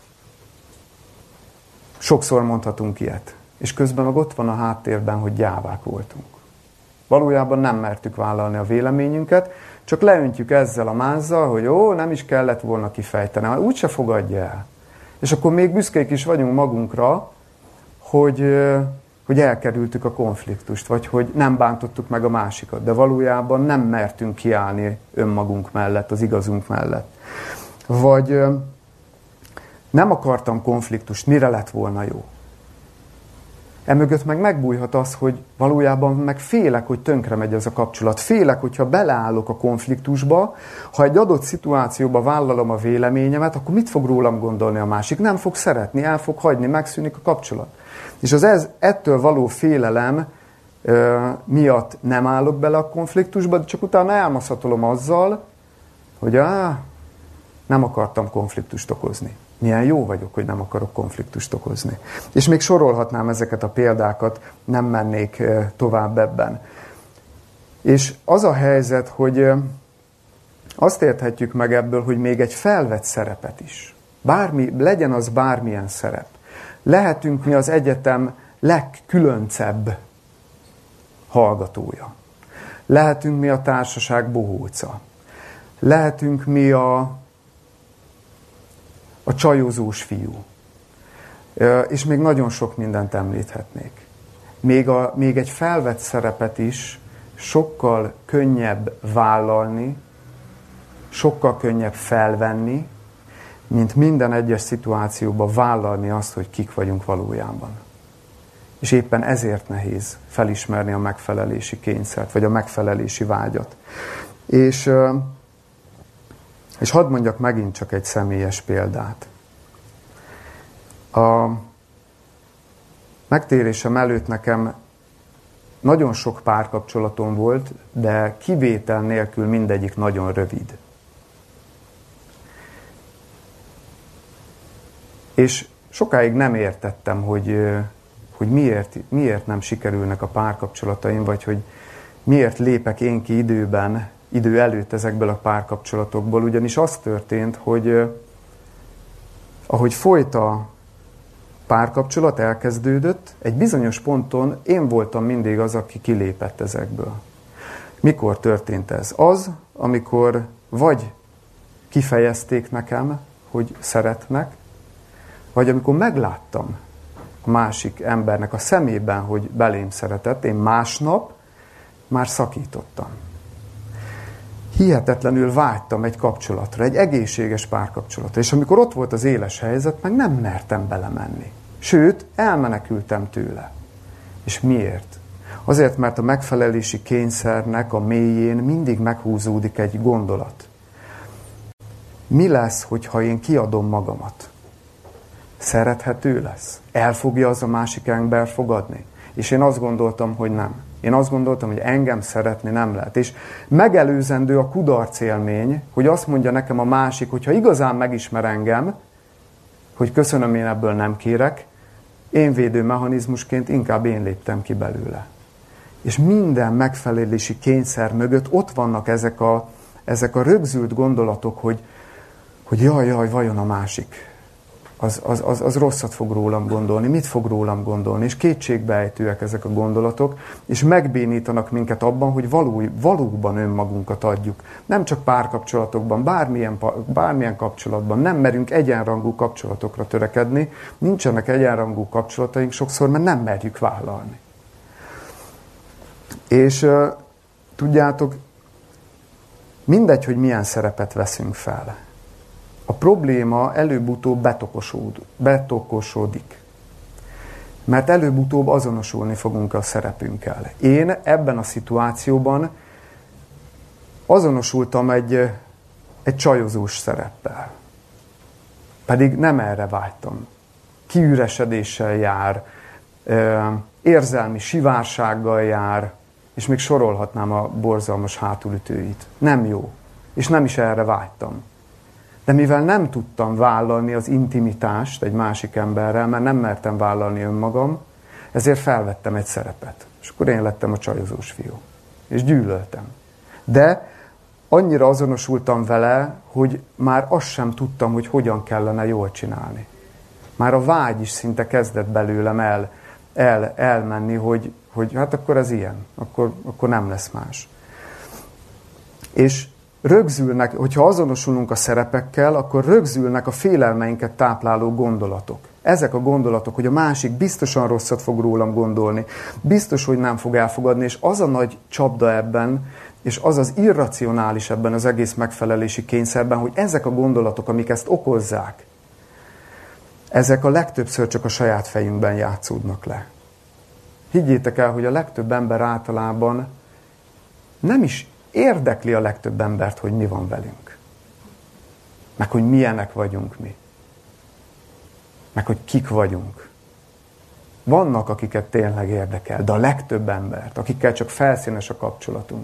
Sokszor mondhatunk ilyet. És közben meg ott van a háttérben, hogy gyávák voltunk. Valójában nem mertük vállalni a véleményünket, csak leöntjük ezzel a mázzal, hogy nem is kellett volna kifejteni, úgyse fogadja el. És akkor még büszkék is vagyunk magunkra, hogy elkerültük a konfliktust, vagy hogy nem bántottuk meg a másikat, de valójában nem mertünk kiállni önmagunk mellett, az igazunk mellett. Vagy nem akartam konfliktust, mire lett volna jó. Emögött meg megbújhat az, hogy valójában meg félek, hogy tönkre megy ez a kapcsolat. Félek, hogyha beleállok a konfliktusba, ha egy adott szituációba vállalom a véleményemet, akkor mit fog rólam gondolni a másik? Nem fog szeretni, el fog hagyni, megszűnik a kapcsolat. És ettől való félelem miatt nem állok bele a konfliktusba, de csak utána elmaszatolom azzal, hogy nem akartam konfliktust okozni. Milyen jó vagyok, hogy nem akarok konfliktust okozni. És még sorolhatnám ezeket a példákat, nem mennék tovább ebben. És az a helyzet, hogy azt érthetjük meg ebből, hogy még egy felvett szerepet is. Legyen az bármilyen szerep. Lehetünk mi az egyetem legkülöncebb hallgatója. Lehetünk mi a társaság bohóca. Lehetünk mi a csajozós fiú. És még nagyon sok mindent említhetnék. Még egy felvett szerepet is sokkal könnyebb vállalni, sokkal könnyebb felvenni, mint minden egyes szituációban vállalni azt, hogy kik vagyunk valójában. És éppen ezért nehéz felismerni a megfelelési kényszert, vagy a megfelelési vágyat. És hadd mondjak megint csak egy személyes példát. A megtérésem előtt nekem nagyon sok párkapcsolatom volt, de kivétel nélkül mindegyik nagyon rövid. És sokáig nem értettem, hogy miért nem sikerülnek a párkapcsolataim, vagy hogy miért lépek én ki idő előtt ezekből a párkapcsolatokból. Ugyanis az történt, hogy ahogy folyt a párkapcsolat, elkezdődött, egy bizonyos ponton én voltam mindig az, aki kilépett ezekből. Mikor történt ez? Az, amikor vagy kifejezték nekem, hogy szeretnek, vagy amikor megláttam a másik embernek a szemében, hogy belém szeretett, én másnap már szakítottam. Hihetetlenül vágytam egy kapcsolatra, egy egészséges párkapcsolatra, és amikor ott volt az éles helyzet, meg nem mertem belemenni. Sőt, elmenekültem tőle. És miért? Azért, mert a megfelelési kényszernek a mélyén mindig meghúzódik egy gondolat. Mi lesz, hogyha én kiadom magamat? Szerethető lesz? El fogja az a másik ember fogadni? És én azt gondoltam, hogy nem. Én azt gondoltam, hogy engem szeretni nem lehet. És megelőzendő a kudarc élmény, hogy azt mondja nekem a másik, hogyha igazán megismer engem, hogy köszönöm, én ebből nem kérek, én védőmechanizmusként inkább én léptem ki belőle. És minden megfelelési kényszer mögött ott vannak ezek a rögzült gondolatok, hogy jaj, vajon a másik. Az rosszat fog rólam gondolni, mit fog rólam gondolni, és kétségbeejtőek ezek a gondolatok, és megbénítanak minket abban, hogy valóban önmagunkat adjuk. Nem csak párkapcsolatokban, bármilyen kapcsolatban, nem merünk egyenrangú kapcsolatokra törekedni, nincsenek egyenrangú kapcsolataink sokszor, mert nem merjük vállalni. És tudjátok, mindegy, hogy milyen szerepet veszünk fel. A probléma előbb-utóbb betokosodik. Mert előbb-utóbb azonosulni fogunk a szerepünkkel. Én ebben a szituációban azonosultam egy csajozós szereppel. Pedig nem erre vágytam. Kiüresedéssel jár, érzelmi sivársággal jár, és még sorolhatnám a borzalmas hátulütőit. Nem jó. És nem is erre vágytam. De mivel nem tudtam vállalni az intimitást egy másik emberrel, mert nem mertem vállalni önmagam, ezért felvettem egy szerepet. És akkor én lettem a csajozós fiú. És gyűlöltem. De annyira azonosultam vele, hogy már azt sem tudtam, hogy hogyan kellene jól csinálni. Már a vágy is szinte kezdett belőlem elmenni, hogy hát akkor ez ilyen, akkor nem lesz más. És rögzülnek, hogyha azonosulunk a szerepekkel, akkor rögzülnek a félelmeinket tápláló gondolatok. Ezek a gondolatok, hogy a másik biztosan rosszat fog rólam gondolni, biztos, hogy nem fog elfogadni, és az a nagy csapda ebben, és az az irracionális ebben az egész megfelelési kényszerben, hogy ezek a gondolatok, amik ezt okozzák, ezek a legtöbbször csak a saját fejünkben játszódnak le. Higgyétek el, hogy a legtöbb ember általában nem is érdekli a legtöbb embert, hogy mi van velünk. Meg hogy milyenek vagyunk mi. Meg hogy kik vagyunk. Vannak, akiket tényleg érdekel, de a legtöbb embert, akikkel csak felszínes a kapcsolatunk,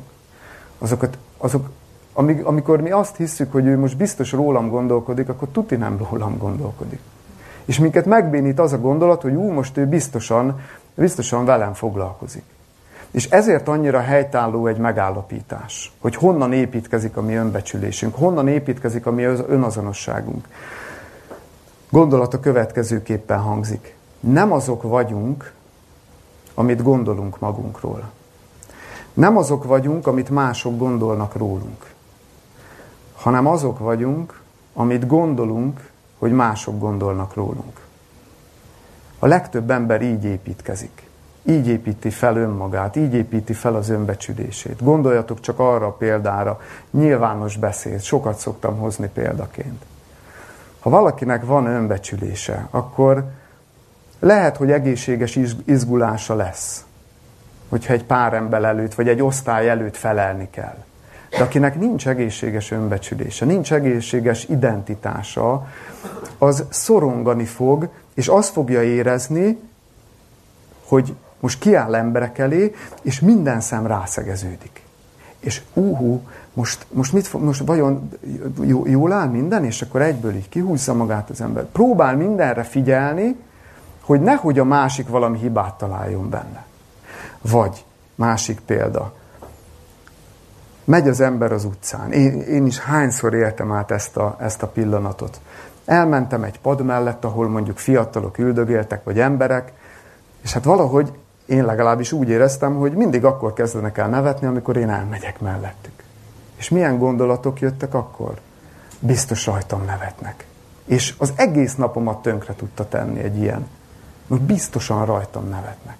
amikor mi azt hiszük, hogy ő most biztos rólam gondolkodik, akkor tuti nem rólam gondolkodik. És minket megbénít az a gondolat, hogy most ő biztosan velem foglalkozik. És ezért annyira helytálló egy megállapítás, hogy honnan építkezik a mi önbecsülésünk, honnan építkezik a mi önazonosságunk. Gondolat a következőképpen hangzik. Nem azok vagyunk, amit gondolunk magunkról. Nem azok vagyunk, amit mások gondolnak rólunk. Hanem azok vagyunk, amit gondolunk, hogy mások gondolnak rólunk. A legtöbb ember így építkezik. Így építi fel önmagát, így építi fel az önbecsülését. Gondoljatok csak arra a példára, nyilvános beszéd, sokat szoktam hozni példaként. Ha valakinek van önbecsülése, akkor Lehet, hogy egészséges izgulása lesz, hogyha egy pár ember előtt, vagy egy osztály előtt felelni kell. De akinek nincs egészséges önbecsülése, nincs egészséges identitása, az szorongani fog, és azt fogja érezni, hogy most kiáll emberek elé, és minden szem rászegeződik. És most vajon jól áll minden, és akkor egyből így kihúzza magát az ember. Próbál mindenre figyelni, hogy nehogy a másik valami hibát találjon benne. Vagy, másik példa, megy az ember az utcán. Én is hányszor éltem át ezt a pillanatot. Elmentem egy pad mellett, ahol mondjuk fiatalok üldögéltek, vagy emberek, és hát valahogy én legalábbis úgy éreztem, hogy mindig akkor kezdenek el nevetni, amikor én elmegyek mellettük. És milyen gondolatok jöttek akkor? Biztos rajtam nevetnek. És az egész napomat tönkre tudta tenni egy ilyen. Biztosan rajtam nevetnek.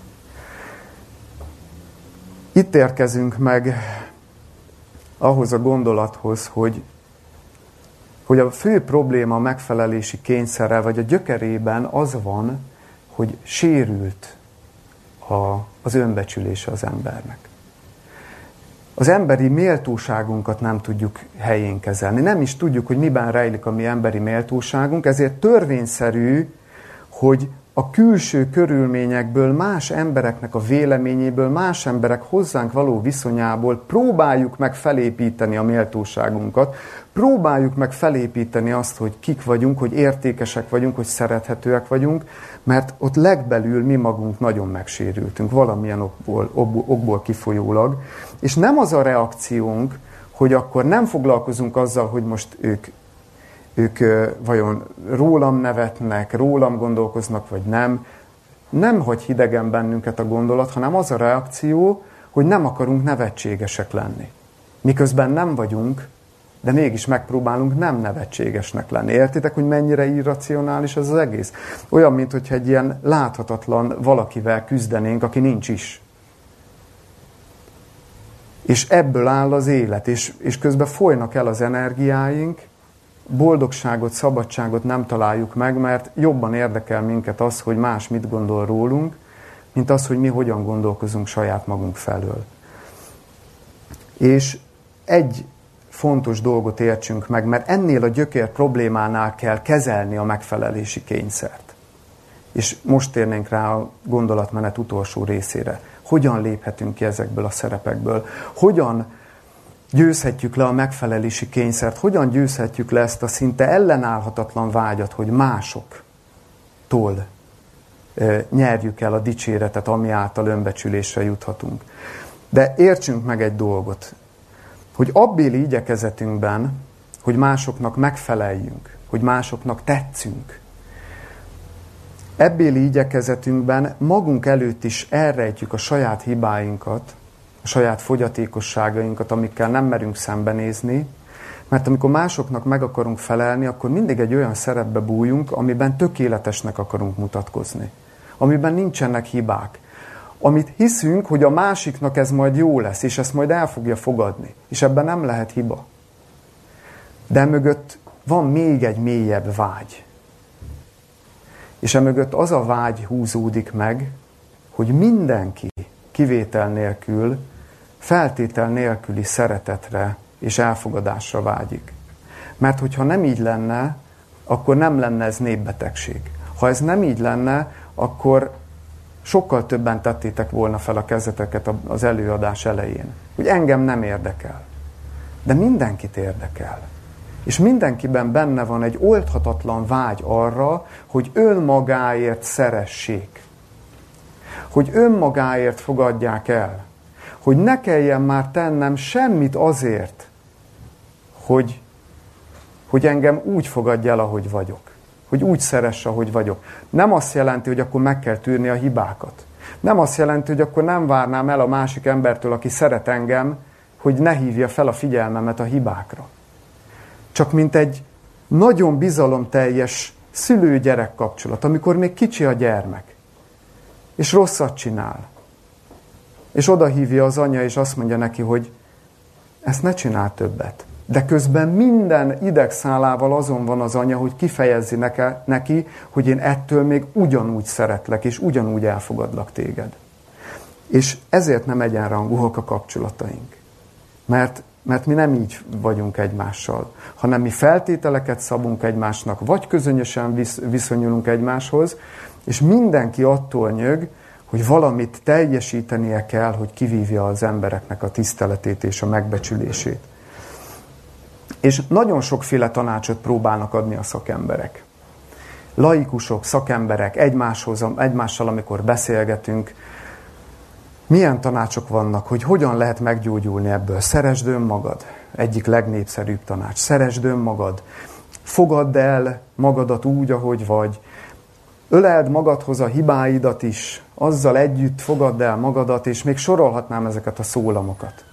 Itt érkezünk meg ahhoz a gondolathoz, hogy a fő probléma a megfelelési kényszerrel, vagy a gyökerében az van, hogy sérült az önbecsülése az embernek. Az emberi méltóságunkat nem tudjuk helyén kezelni. Nem is tudjuk, hogy miben rejlik a mi emberi méltóságunk, ezért törvényszerű, hogy a külső körülményekből, más embereknek a véleményéből, más emberek hozzánk való viszonyából próbáljuk meg felépíteni a méltóságunkat, próbáljuk meg felépíteni azt, hogy kik vagyunk, hogy értékesek vagyunk, hogy szerethetőek vagyunk, mert ott legbelül mi magunk nagyon megsérültünk, valamilyen okból kifolyólag. És nem az a reakciónk, hogy akkor nem foglalkozunk azzal, hogy most ők vajon rólam nevetnek, rólam gondolkoznak, vagy nem. Nem hagy hidegen bennünket a gondolat, hanem az a reakció, hogy nem akarunk nevetségesek lenni. Miközben nem vagyunk, de mégis megpróbálunk nem nevetségesnek lenni. Értitek, hogy mennyire irracionális ez az egész? Olyan, mintha egy ilyen láthatatlan valakivel küzdenénk, aki nincs is. És ebből áll az élet, és közben folynak el az energiáink, boldogságot, szabadságot nem találjuk meg, mert jobban érdekel minket az, hogy más mit gondol rólunk, mint az, hogy mi hogyan gondolkozunk saját magunk felől. És egy fontos dolgot értsünk meg, mert ennél a gyökér problémánál kell kezelni a megfelelési kényszert. És most térnénk rá a gondolatmenet utolsó részére. Hogyan léphetünk ki ezekből a szerepekből? Hogyan győzhetjük le a megfelelési kényszert? Hogyan győzhetjük le ezt a szinte ellenállhatatlan vágyat, hogy másoktól nyerjük el a dicséretet, ami által önbecsülésre juthatunk? De értsünk meg egy dolgot, hogy abbéli igyekezetünkben, hogy másoknak megfeleljünk, hogy másoknak tetszünk, ebbéli igyekezetünkben magunk előtt is elrejtjük a saját hibáinkat, a saját fogyatékosságainkat, amikkel nem merünk szembenézni, mert amikor másoknak meg akarunk felelni, akkor mindig egy olyan szerepbe bújunk, amiben tökéletesnek akarunk mutatkozni, amiben nincsenek hibák, amit hiszünk, hogy a másiknak ez majd jó lesz, és ezt majd el fogja fogadni, és ebben nem lehet hiba. De mögött van még egy mélyebb vágy. És emögött az a vágy húzódik meg, hogy mindenki kivétel nélkül, feltétel nélküli szeretetre és elfogadásra vágyik. Mert hogyha nem így lenne, akkor nem lenne ez népbetegség. Ha ez nem így lenne, akkor sokkal többen tettétek volna fel a kezeteket az előadás elején. Hogy engem nem érdekel. De mindenkit érdekel. És mindenkiben benne van egy oldhatatlan vágy arra, hogy önmagáért szeressék. Hogy önmagáért fogadják el. Hogy ne kelljen már tennem semmit azért, hogy engem úgy fogadj el, ahogy vagyok. Hogy úgy szeress, ahogy vagyok. Nem azt jelenti, hogy akkor meg kell tűrni a hibákat. Nem azt jelenti, hogy akkor nem várnám el a másik embertől, aki szeret engem, hogy ne hívja fel a figyelmemet a hibákra. Csak mint egy nagyon bizalomteljes szülő-gyerek kapcsolat, amikor még kicsi a gyermek, és rosszat csinál. És oda hívja az anya, és azt mondja neki, hogy ezt ne csinál többet. De közben minden idegszálával azon van az anya, hogy kifejezzi neki, hogy én ettől még ugyanúgy szeretlek, és ugyanúgy elfogadlak téged. És ezért nem egyenrangúak a kapcsolataink. Mert mi nem így vagyunk egymással, hanem mi feltételeket szabunk egymásnak, vagy közönösen viszonyulunk egymáshoz, és mindenki attól nyög, hogy valamit teljesítenie kell, hogy kivívja az embereknek a tiszteletét és a megbecsülését. És nagyon sokféle tanácsot próbálnak adni a szakemberek. Laikusok, szakemberek egymással, amikor beszélgetünk, milyen tanácsok vannak, hogy hogyan lehet meggyógyulni ebből? Szeresd önmagad. Egyik legnépszerűbb tanács. Szeresd önmagad. Fogadd el magadat úgy, ahogy vagy. Öleld magadhoz a hibáidat is. Azzal együtt fogadd el magadat, és még sorolhatnám ezeket a szólamokat.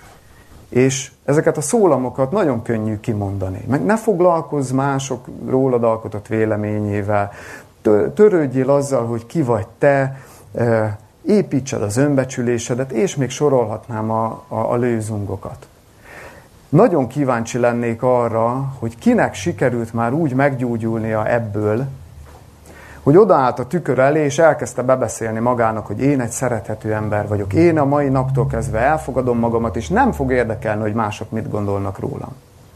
És ezeket a szólamokat nagyon könnyű kimondani. Meg ne foglalkozz mások rólad alkotott véleményével. Törődjél azzal, hogy ki vagy te, építsed az önbecsülésedet, és még sorolhatnám a lőzungokat. Nagyon kíváncsi lennék arra, hogy kinek sikerült már úgy meggyógyulnia ebből, hogy odaállt a tükör elé, és elkezdte bebeszélni magának, hogy én egy szerethető ember vagyok. Én a mai naptól kezdve elfogadom magamat, és nem fog érdekelni, hogy mások mit gondolnak rólam.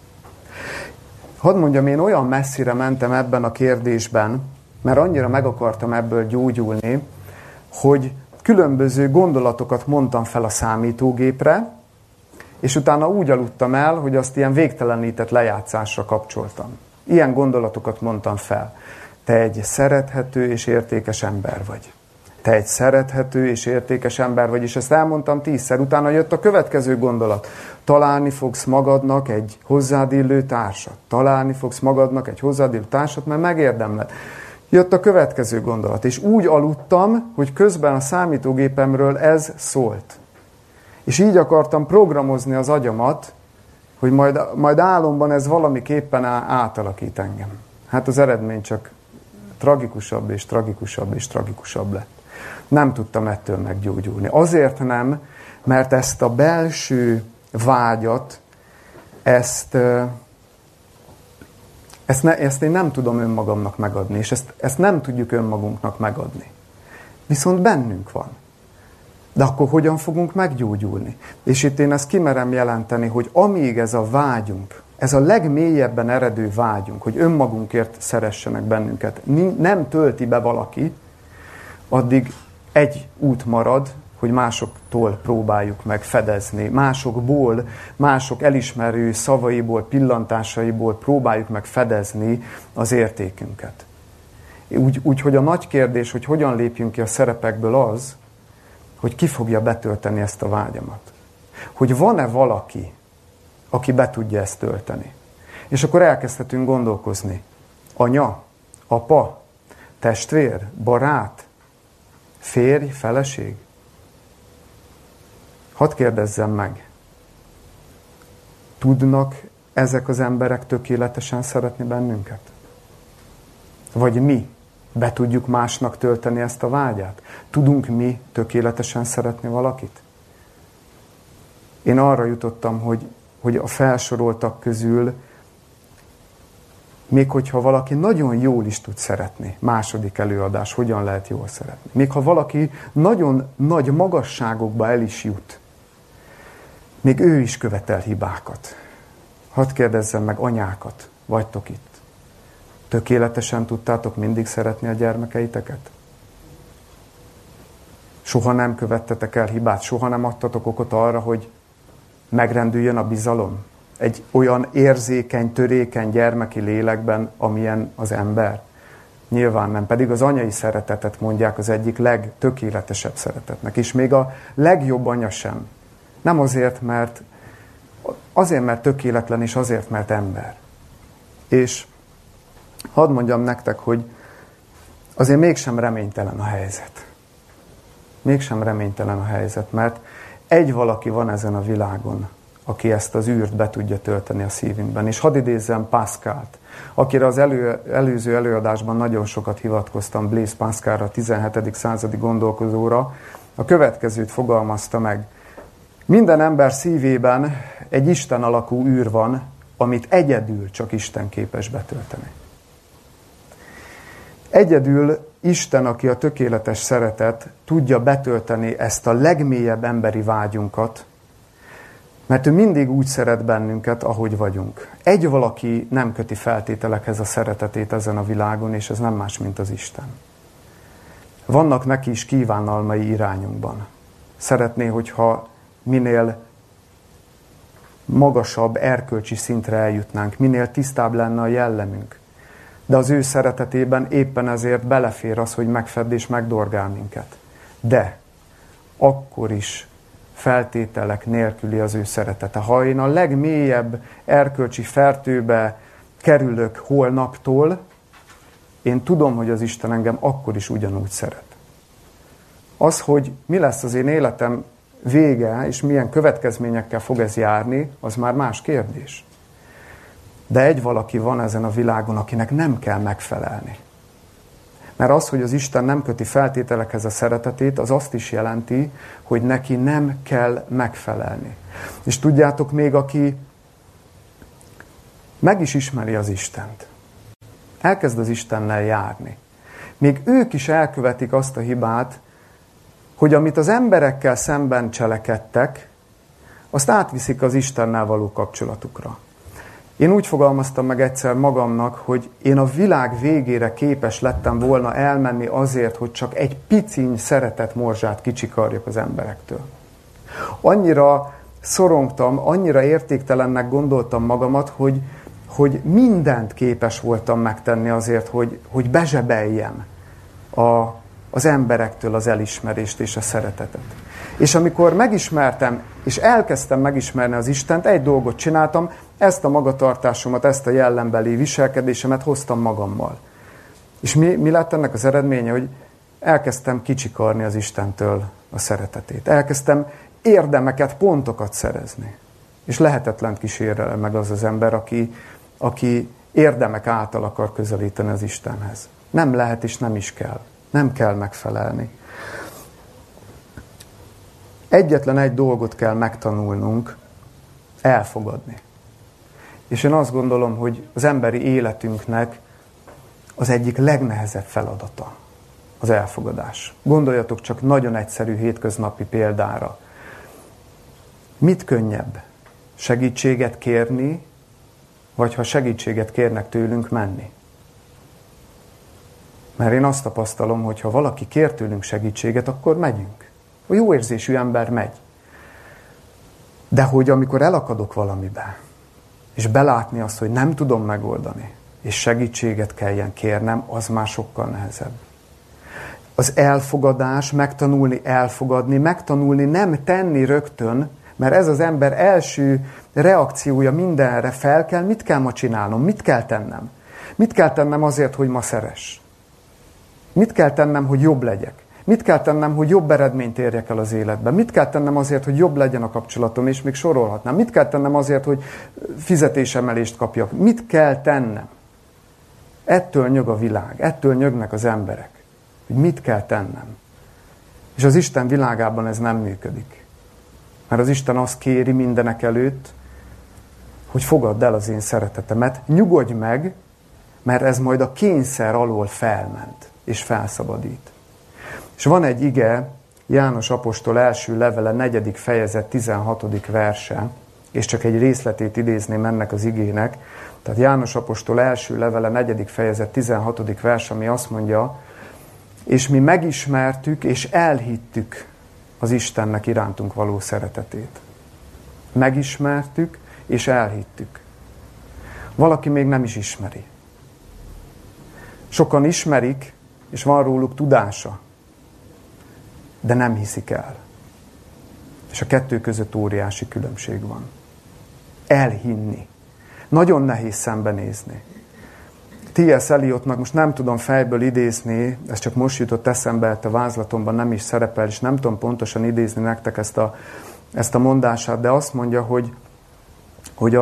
Hadd mondjam, én olyan messzire mentem ebben a kérdésben, mert annyira meg akartam ebből gyógyulni, hogy különböző gondolatokat mondtam fel a számítógépre, és utána úgy aludtam el, hogy azt ilyen végtelenített lejátszásra kapcsoltam. Ilyen gondolatokat mondtam fel. Te egy szerethető és értékes ember vagy. Te egy szerethető és értékes ember vagy, és ezt elmondtam 10-szer. Utána jött a következő gondolat. Találni fogsz magadnak egy hozzád illő társat. Találni fogsz magadnak egy hozzád illő társat, mert megérdemled. Jött a következő gondolat, és úgy aludtam, hogy közben a számítógépemről ez szólt. És így akartam programozni az agyamat, hogy majd álomban ez valamiképpen átalakít engem. Hát az eredmény csak tragikusabb és tragikusabb és tragikusabb lett. Nem tudtam ettől meggyógyulni. Azért nem, mert ezt a belső vágyat, ezt én nem tudom önmagamnak megadni, és ezt nem tudjuk önmagunknak megadni. Viszont bennünk van. De akkor hogyan fogunk meggyógyulni? És itt én ezt kimerem jelenteni, hogy amíg ez a vágyunk, ez a legmélyebben eredő vágyunk, hogy önmagunkért szeressenek bennünket, nem tölti be valaki, addig egy út marad, hogy másoktól próbáljuk meg fedezni, másokból, mások elismerő szavaiból, pillantásaiból próbáljuk meg fedezni az értékünket. Úgyhogy a nagy kérdés, hogy hogyan lépjünk ki a szerepekből az, hogy ki fogja betölteni ezt a vágyamat. Hogy van-e valaki, aki be tudja ezt tölteni. És akkor elkezdhetünk gondolkozni. Anya, apa, testvér, barát, férj, feleség. Hadd kérdezzem meg. Tudnak ezek az emberek tökéletesen szeretni bennünket? Vagy mi be tudjuk másnak tölteni ezt a vágyát? Tudunk mi tökéletesen szeretni valakit? Én arra jutottam, hogy a felsoroltak közül, még hogyha valaki nagyon jól is tud szeretni, második előadás, hogyan lehet jól szeretni. Még ha valaki nagyon nagy magasságokba el is jut, még ő is követel hibákat. Hadd kérdezzem meg, anyákat, vagytok itt. Tökéletesen tudtátok mindig szeretni a gyermekeiteket? Soha nem követtetek el hibát, soha nem adtatok okot arra, hogy megrendüljön a bizalom? Egy olyan érzékeny, törékeny gyermeki lélekben, amilyen az ember? Nyilván nem, pedig az anyai szeretetet mondják az egyik legtökéletesebb szeretetnek, és még a legjobb anya sem. Nem azért, mert tökéletlen, és azért, mert ember. És hadd mondjam nektek, hogy azért mégsem reménytelen a helyzet. Mégsem reménytelen a helyzet, mert egy valaki van ezen a világon, aki ezt az űrt be tudja tölteni a szívünkben. És hadd idézzem Pascalt, akire az előző előadásban nagyon sokat hivatkoztam, Blaise Pascalra, a 17. századi gondolkozóra, a következőt fogalmazta meg. Minden ember szívében egy Isten alakú űr van, amit egyedül csak Isten képes betölteni. Egyedül Isten, aki a tökéletes szeretet, tudja betölteni ezt a legmélyebb emberi vágyunkat, mert ő mindig úgy szeret bennünket, ahogy vagyunk. Egy valaki nem köti feltételekhez a szeretetét ezen a világon, és ez nem más, mint az Isten. Vannak neki is kívánalmai irányunkban. Szeretné, hogyha minél magasabb erkölcsi szintre eljutnánk, minél tisztább lenne a jellemünk. De az ő szeretetében éppen ezért belefér az, hogy megfedd és megdorgál minket. De akkor is feltételek nélküli az ő szeretete. Ha én a legmélyebb erkölcsi fertőbe kerülök holnaptól, én tudom, hogy az Isten engem akkor is ugyanúgy szeret. Az, hogy mi lesz az én életem vége, és milyen következményekkel fog ez járni, az már más kérdés. De egy valaki van ezen a világon, akinek nem kell megfelelni. Mert az, hogy az Isten nem köti feltételekhez a szeretetét, az azt is jelenti, hogy neki nem kell megfelelni. És tudjátok, még aki meg is ismeri az Istent, elkezd az Istennel járni, még ők is elkövetik azt a hibát, hogy amit az emberekkel szemben cselekedtek, azt átviszik az Istennel való kapcsolatukra. Én úgy fogalmaztam meg egyszer magamnak, hogy én a világ végére képes lettem volna elmenni azért, hogy csak egy piciny szeretetmorzsát kicsikarjak az emberektől. Annyira szorongtam, annyira értéktelennek gondoltam magamat, hogy mindent képes voltam megtenni azért, hogy bezsebeljem az emberektől az elismerést és a szeretetet. És amikor megismertem, és elkezdtem megismerni az Istent, egy dolgot csináltam, ezt a magatartásomat, ezt a jellembeli viselkedésemet hoztam magammal. És mi lett ennek az eredménye, hogy elkezdtem kicsikarni az Istentől a szeretetét. Elkezdtem érdemeket, pontokat szerezni. És lehetetlen kísérel meg az az ember, aki érdemek által akar közelíteni az Istenhez. Nem lehet és nem is kell. Nem kell megfelelni. Egyetlen egy dolgot kell megtanulnunk, elfogadni. És én azt gondolom, hogy az emberi életünknek az egyik legnehezebb feladata az elfogadás. Gondoljatok csak nagyon egyszerű hétköznapi példára. Mit könnyebb? Segítséget kérni, vagy ha segítséget kérnek tőlünk, menni? Mert én azt tapasztalom, hogy ha valaki kér tőlünk segítséget, akkor megyünk. A jó érzésű ember megy. De hogy amikor elakadok valamibe, és belátni azt, hogy nem tudom megoldani, és segítséget kelljen kérnem, az már sokkal nehezebb. Az elfogadás, megtanulni elfogadni, megtanulni nem tenni rögtön, mert ez az ember első reakciója mindenre fel kell, mit kell ma csinálnom, mit kell tennem? Mit kell tennem azért, hogy ma szeress? Mit kell tennem, hogy jobb legyek? Mit kell tennem, hogy jobb eredményt érjek el az életben? Mit kell tennem azért, hogy jobb legyen a kapcsolatom, és még sorolhatnám? Mit kell tennem azért, hogy fizetésemelést kapjak? Mit kell tennem? Ettől nyög a világ, ettől nyögnek az emberek. Hogy mit kell tennem? És az Isten világában ez nem működik. Mert az Isten azt kéri mindenek előtt, hogy fogadd el az én szeretetemet, nyugodj meg, mert ez majd a kényszer alól felment, és felszabadít. És van egy ige, János apostol első levele, 4. fejezet, 16. verse, és csak egy részletét idézném ennek az igének. Tehát János apostol első levele, 4. fejezet, 16. verse, ami azt mondja, és mi megismertük és elhittük az Istennek irántunk való szeretetét. Megismertük és elhittük. Valaki még nem is ismeri. Sokan ismerik, és van róluk tudása, de nem hiszik el. És a kettő között óriási különbség van. Elhinni. Nagyon nehéz szembenézni. T.S. Eliotnak most nem tudom fejből idézni, ez csak most jutott eszembe, a vázlatomban nem is szerepel, és nem tudom pontosan idézni nektek ezt a mondását, de azt mondja, hogy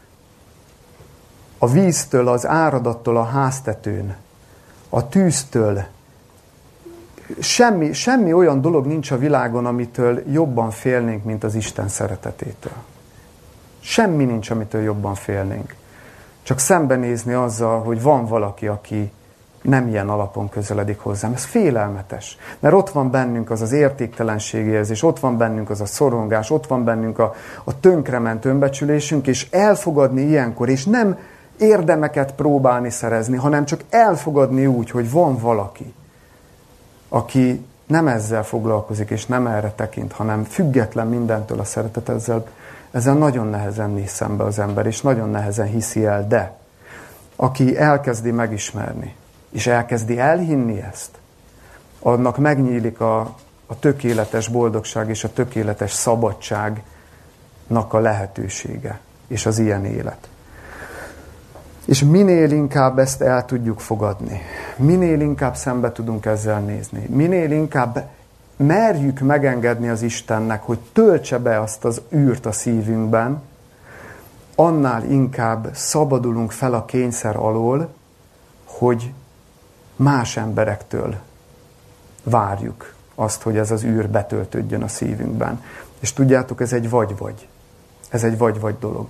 a víztől, az áradattól a háztetőn, a tűztől semmi olyan dolog nincs a világon, amitől jobban félnénk, mint az Isten szeretetétől. Semmi nincs, amitől jobban félnénk. Csak szembenézni azzal, hogy van valaki, aki nem ilyen alapon közeledik hozzám. Ez félelmetes. Mert ott van bennünk az értéktelenségérzés, ott van bennünk az a szorongás, ott van bennünk a tönkrement önbecsülésünk, és elfogadni ilyenkor, és nem érdemeket próbálni szerezni, hanem csak elfogadni úgy, hogy van valaki, aki nem ezzel foglalkozik, és nem erre tekint, hanem független mindentől a szeretet, ezzel nagyon nehezen néz szembe az ember, és nagyon nehezen hiszi el, de aki elkezdi megismerni, és elkezdi elhinni ezt, annak megnyílik a tökéletes boldogság és a tökéletes szabadságnak a lehetősége, és az ilyen élet. És minél inkább ezt el tudjuk fogadni, minél inkább szembe tudunk ezzel nézni, minél inkább merjük megengedni az Istennek, hogy töltse be azt az űrt a szívünkben, annál inkább szabadulunk fel a kényszer alól, hogy más emberektől várjuk azt, hogy ez az űr betöltődjön a szívünkben. És tudjátok, ez egy vagy-vagy. Ez egy vagy-vagy dolog.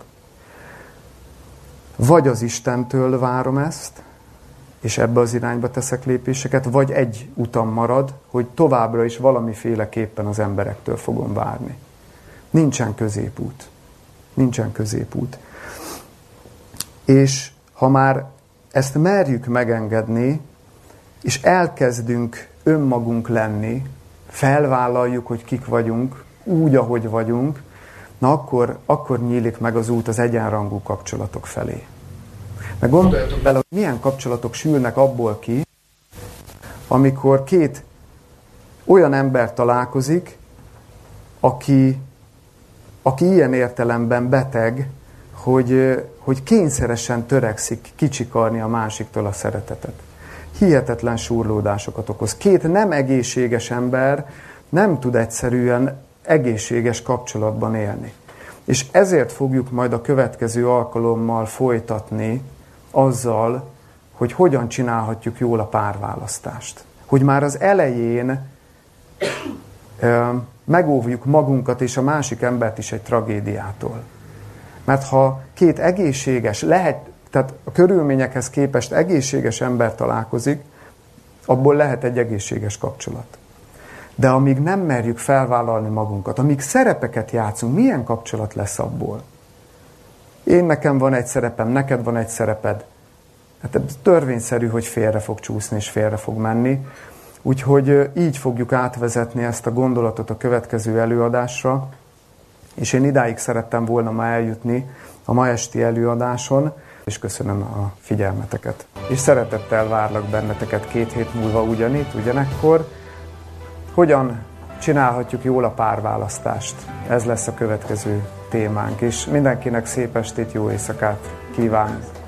Vagy az Istentől várom ezt, és ebbe az irányba teszek lépéseket, vagy egy utam marad, hogy továbbra is valamiféleképpen az emberektől fogom várni. Nincsen középút. Nincsen középút. És ha már ezt merjük megengedni, és elkezdünk önmagunk lenni, felvállaljuk, hogy kik vagyunk, úgy, ahogy vagyunk, na akkor nyílik meg az út az egyenrangú kapcsolatok felé. Meg gondoljatok bele, hogy milyen kapcsolatok sülnek abból ki, amikor két olyan ember találkozik, aki ilyen értelemben beteg, hogy kényszeresen törekszik kicsikarni a másiktól a szeretetet. Hihetetlen súrlódásokat okoz. Két nem egészséges ember nem tud egyszerűen egészséges kapcsolatban élni. És ezért fogjuk majd a következő alkalommal folytatni azzal, hogy hogyan csinálhatjuk jól a párválasztást. Hogy már az elején megóvjuk magunkat és a másik embert is egy tragédiától. Mert ha két egészséges, tehát a körülményekhez képest egészséges ember találkozik, abból lehet egy egészséges kapcsolat. De amíg nem merjük felvállalni magunkat, amíg szerepeket játszunk, milyen kapcsolat lesz abból? Nekem van egy szerepem, neked van egy szereped. Hát ez törvényszerű, hogy félre fog csúszni és félre fog menni. Úgyhogy így fogjuk átvezetni ezt a gondolatot a következő előadásra. És én idáig szerettem volna ma eljutni a ma esti előadáson, és köszönöm a figyelmeteket. És szeretettel várlak benneteket 2 hét múlva ugyanekkor. Hogyan csinálhatjuk jól a párválasztást? Ez lesz a következő témánk, és mindenkinek szép estét, jó éjszakát kívánok!